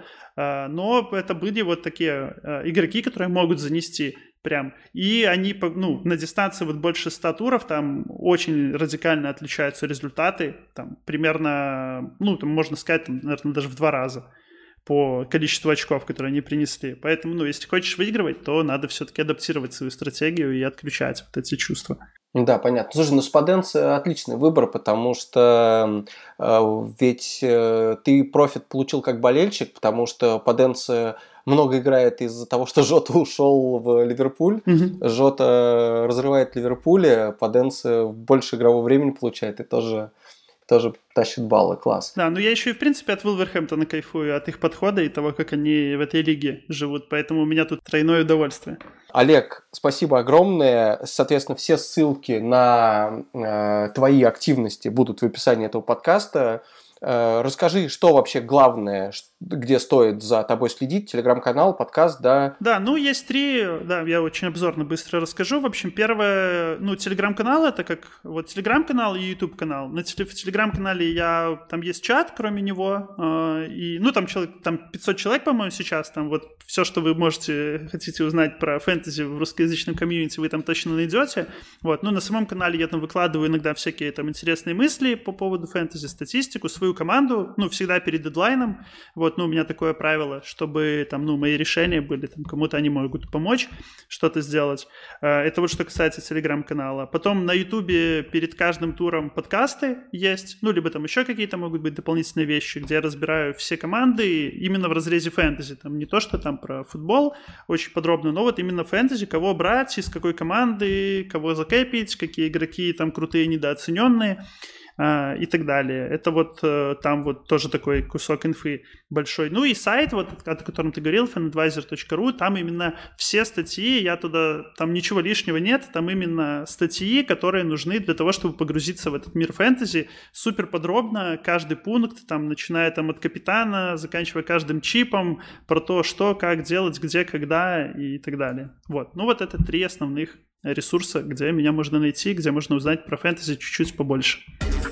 но это были вот такие игроки, которые могут занести прям. И они, ну, на дистанции вот больше ста туров, там очень радикально отличаются результаты, там примерно, ну, там можно сказать, там, наверное, даже в два раза по количеству очков, которые они принесли. Поэтому, ну, если хочешь выигрывать, то надо все-таки адаптировать свою стратегию и отключать вот эти чувства. Да, понятно. Слушай, ну Спаденс отличный выбор, потому что э, ведь э, ты профит получил как болельщик, потому что Паденс много играет из-за того, что Жота ушел в Ливерпуль. Mm-hmm. Жота разрывает Ливерпуль, Паденс больше игрового времени получает и тоже, тоже тащит баллы. Класс. Да, но я еще и в принципе от Вулверхэмптона кайфую, от их подхода и того, как они в этой лиге живут, поэтому у меня тут тройное удовольствие. Олег, спасибо огромное. Соответственно, все ссылки на э, твои активности будут в описании этого подкаста. Э, расскажи, что вообще главное, где стоит за тобой следить, телеграм-канал, подкаст, да? Да, ну есть три, да, я очень обзорно быстро расскажу. В общем, первое, ну, телеграм-канал, это как вот телеграм-канал и ютуб-канал. На теле, в телеграм-канале я, там есть чат, кроме него, э, и, ну, там, человек, там пятьсот человек, по-моему, сейчас, там вот все, что вы можете, хотите узнать про фэнтези в русскоязычном комьюнити, вы там точно найдете. Вот, ну, на самом канале я там выкладываю иногда всякие там интересные мысли по поводу фэнтези, статистику, свою команду, ну, всегда перед дедлайном, вот. Вот, ну, у меня такое правило, чтобы там, ну, мои решения были, там, кому-то они могут помочь что-то сделать. Это вот что касается телеграм-канала. Потом на ютубе перед каждым туром подкасты есть, ну, либо там еще какие-то могут быть дополнительные вещи, где я разбираю все команды именно в разрезе фэнтези. Там не то, что там про футбол очень подробно, но вот именно фэнтези, кого брать, из какой команды, кого закэпить, какие игроки там крутые, недооцененные. а, и так далее. Это вот а, там вот тоже такой кусок инфы большой. Ну и сайт, вот, о котором ты говорил, фэн адвайзер точка ру, там именно все статьи, я туда, там ничего лишнего нет, там именно статьи, которые нужны для того, чтобы погрузиться в этот мир фэнтези, супер подробно, каждый пункт, там, начиная там от капитана, заканчивая каждым чипом, про то, что, как делать, где, когда и так далее. Вот. Ну вот это три основных ресурса, где меня можно найти, где можно узнать про фэнтези чуть-чуть побольше.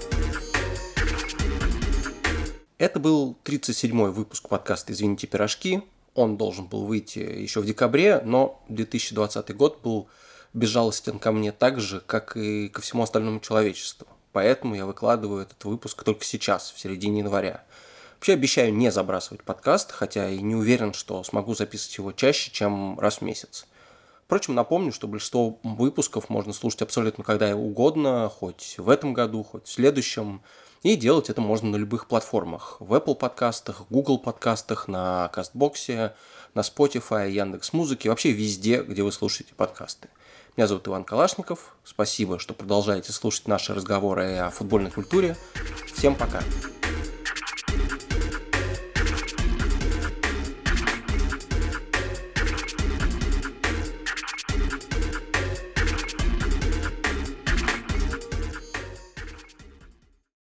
Это был тридцать седьмой выпуск подкаста «Извините, пирожки». Он должен был выйти еще в декабре, но две тысячи двадцатый год был безжалостен ко мне так же, как и ко всему остальному человечеству. Поэтому я выкладываю этот выпуск только сейчас, в середине января. Вообще обещаю не забрасывать подкаст, хотя и не уверен, что смогу записывать его чаще, чем раз в месяц. Впрочем, напомню, что большинство выпусков можно слушать абсолютно когда угодно, хоть в этом году, хоть в следующем. И делать это можно на любых платформах. В Apple подкастах, Google подкастах, на Кастбоксе, на Spotify, Яндекс.Музыке, вообще везде, где вы слушаете подкасты. Меня зовут Иван Калашников. Спасибо, что продолжаете слушать наши разговоры о футбольной культуре. Всем пока.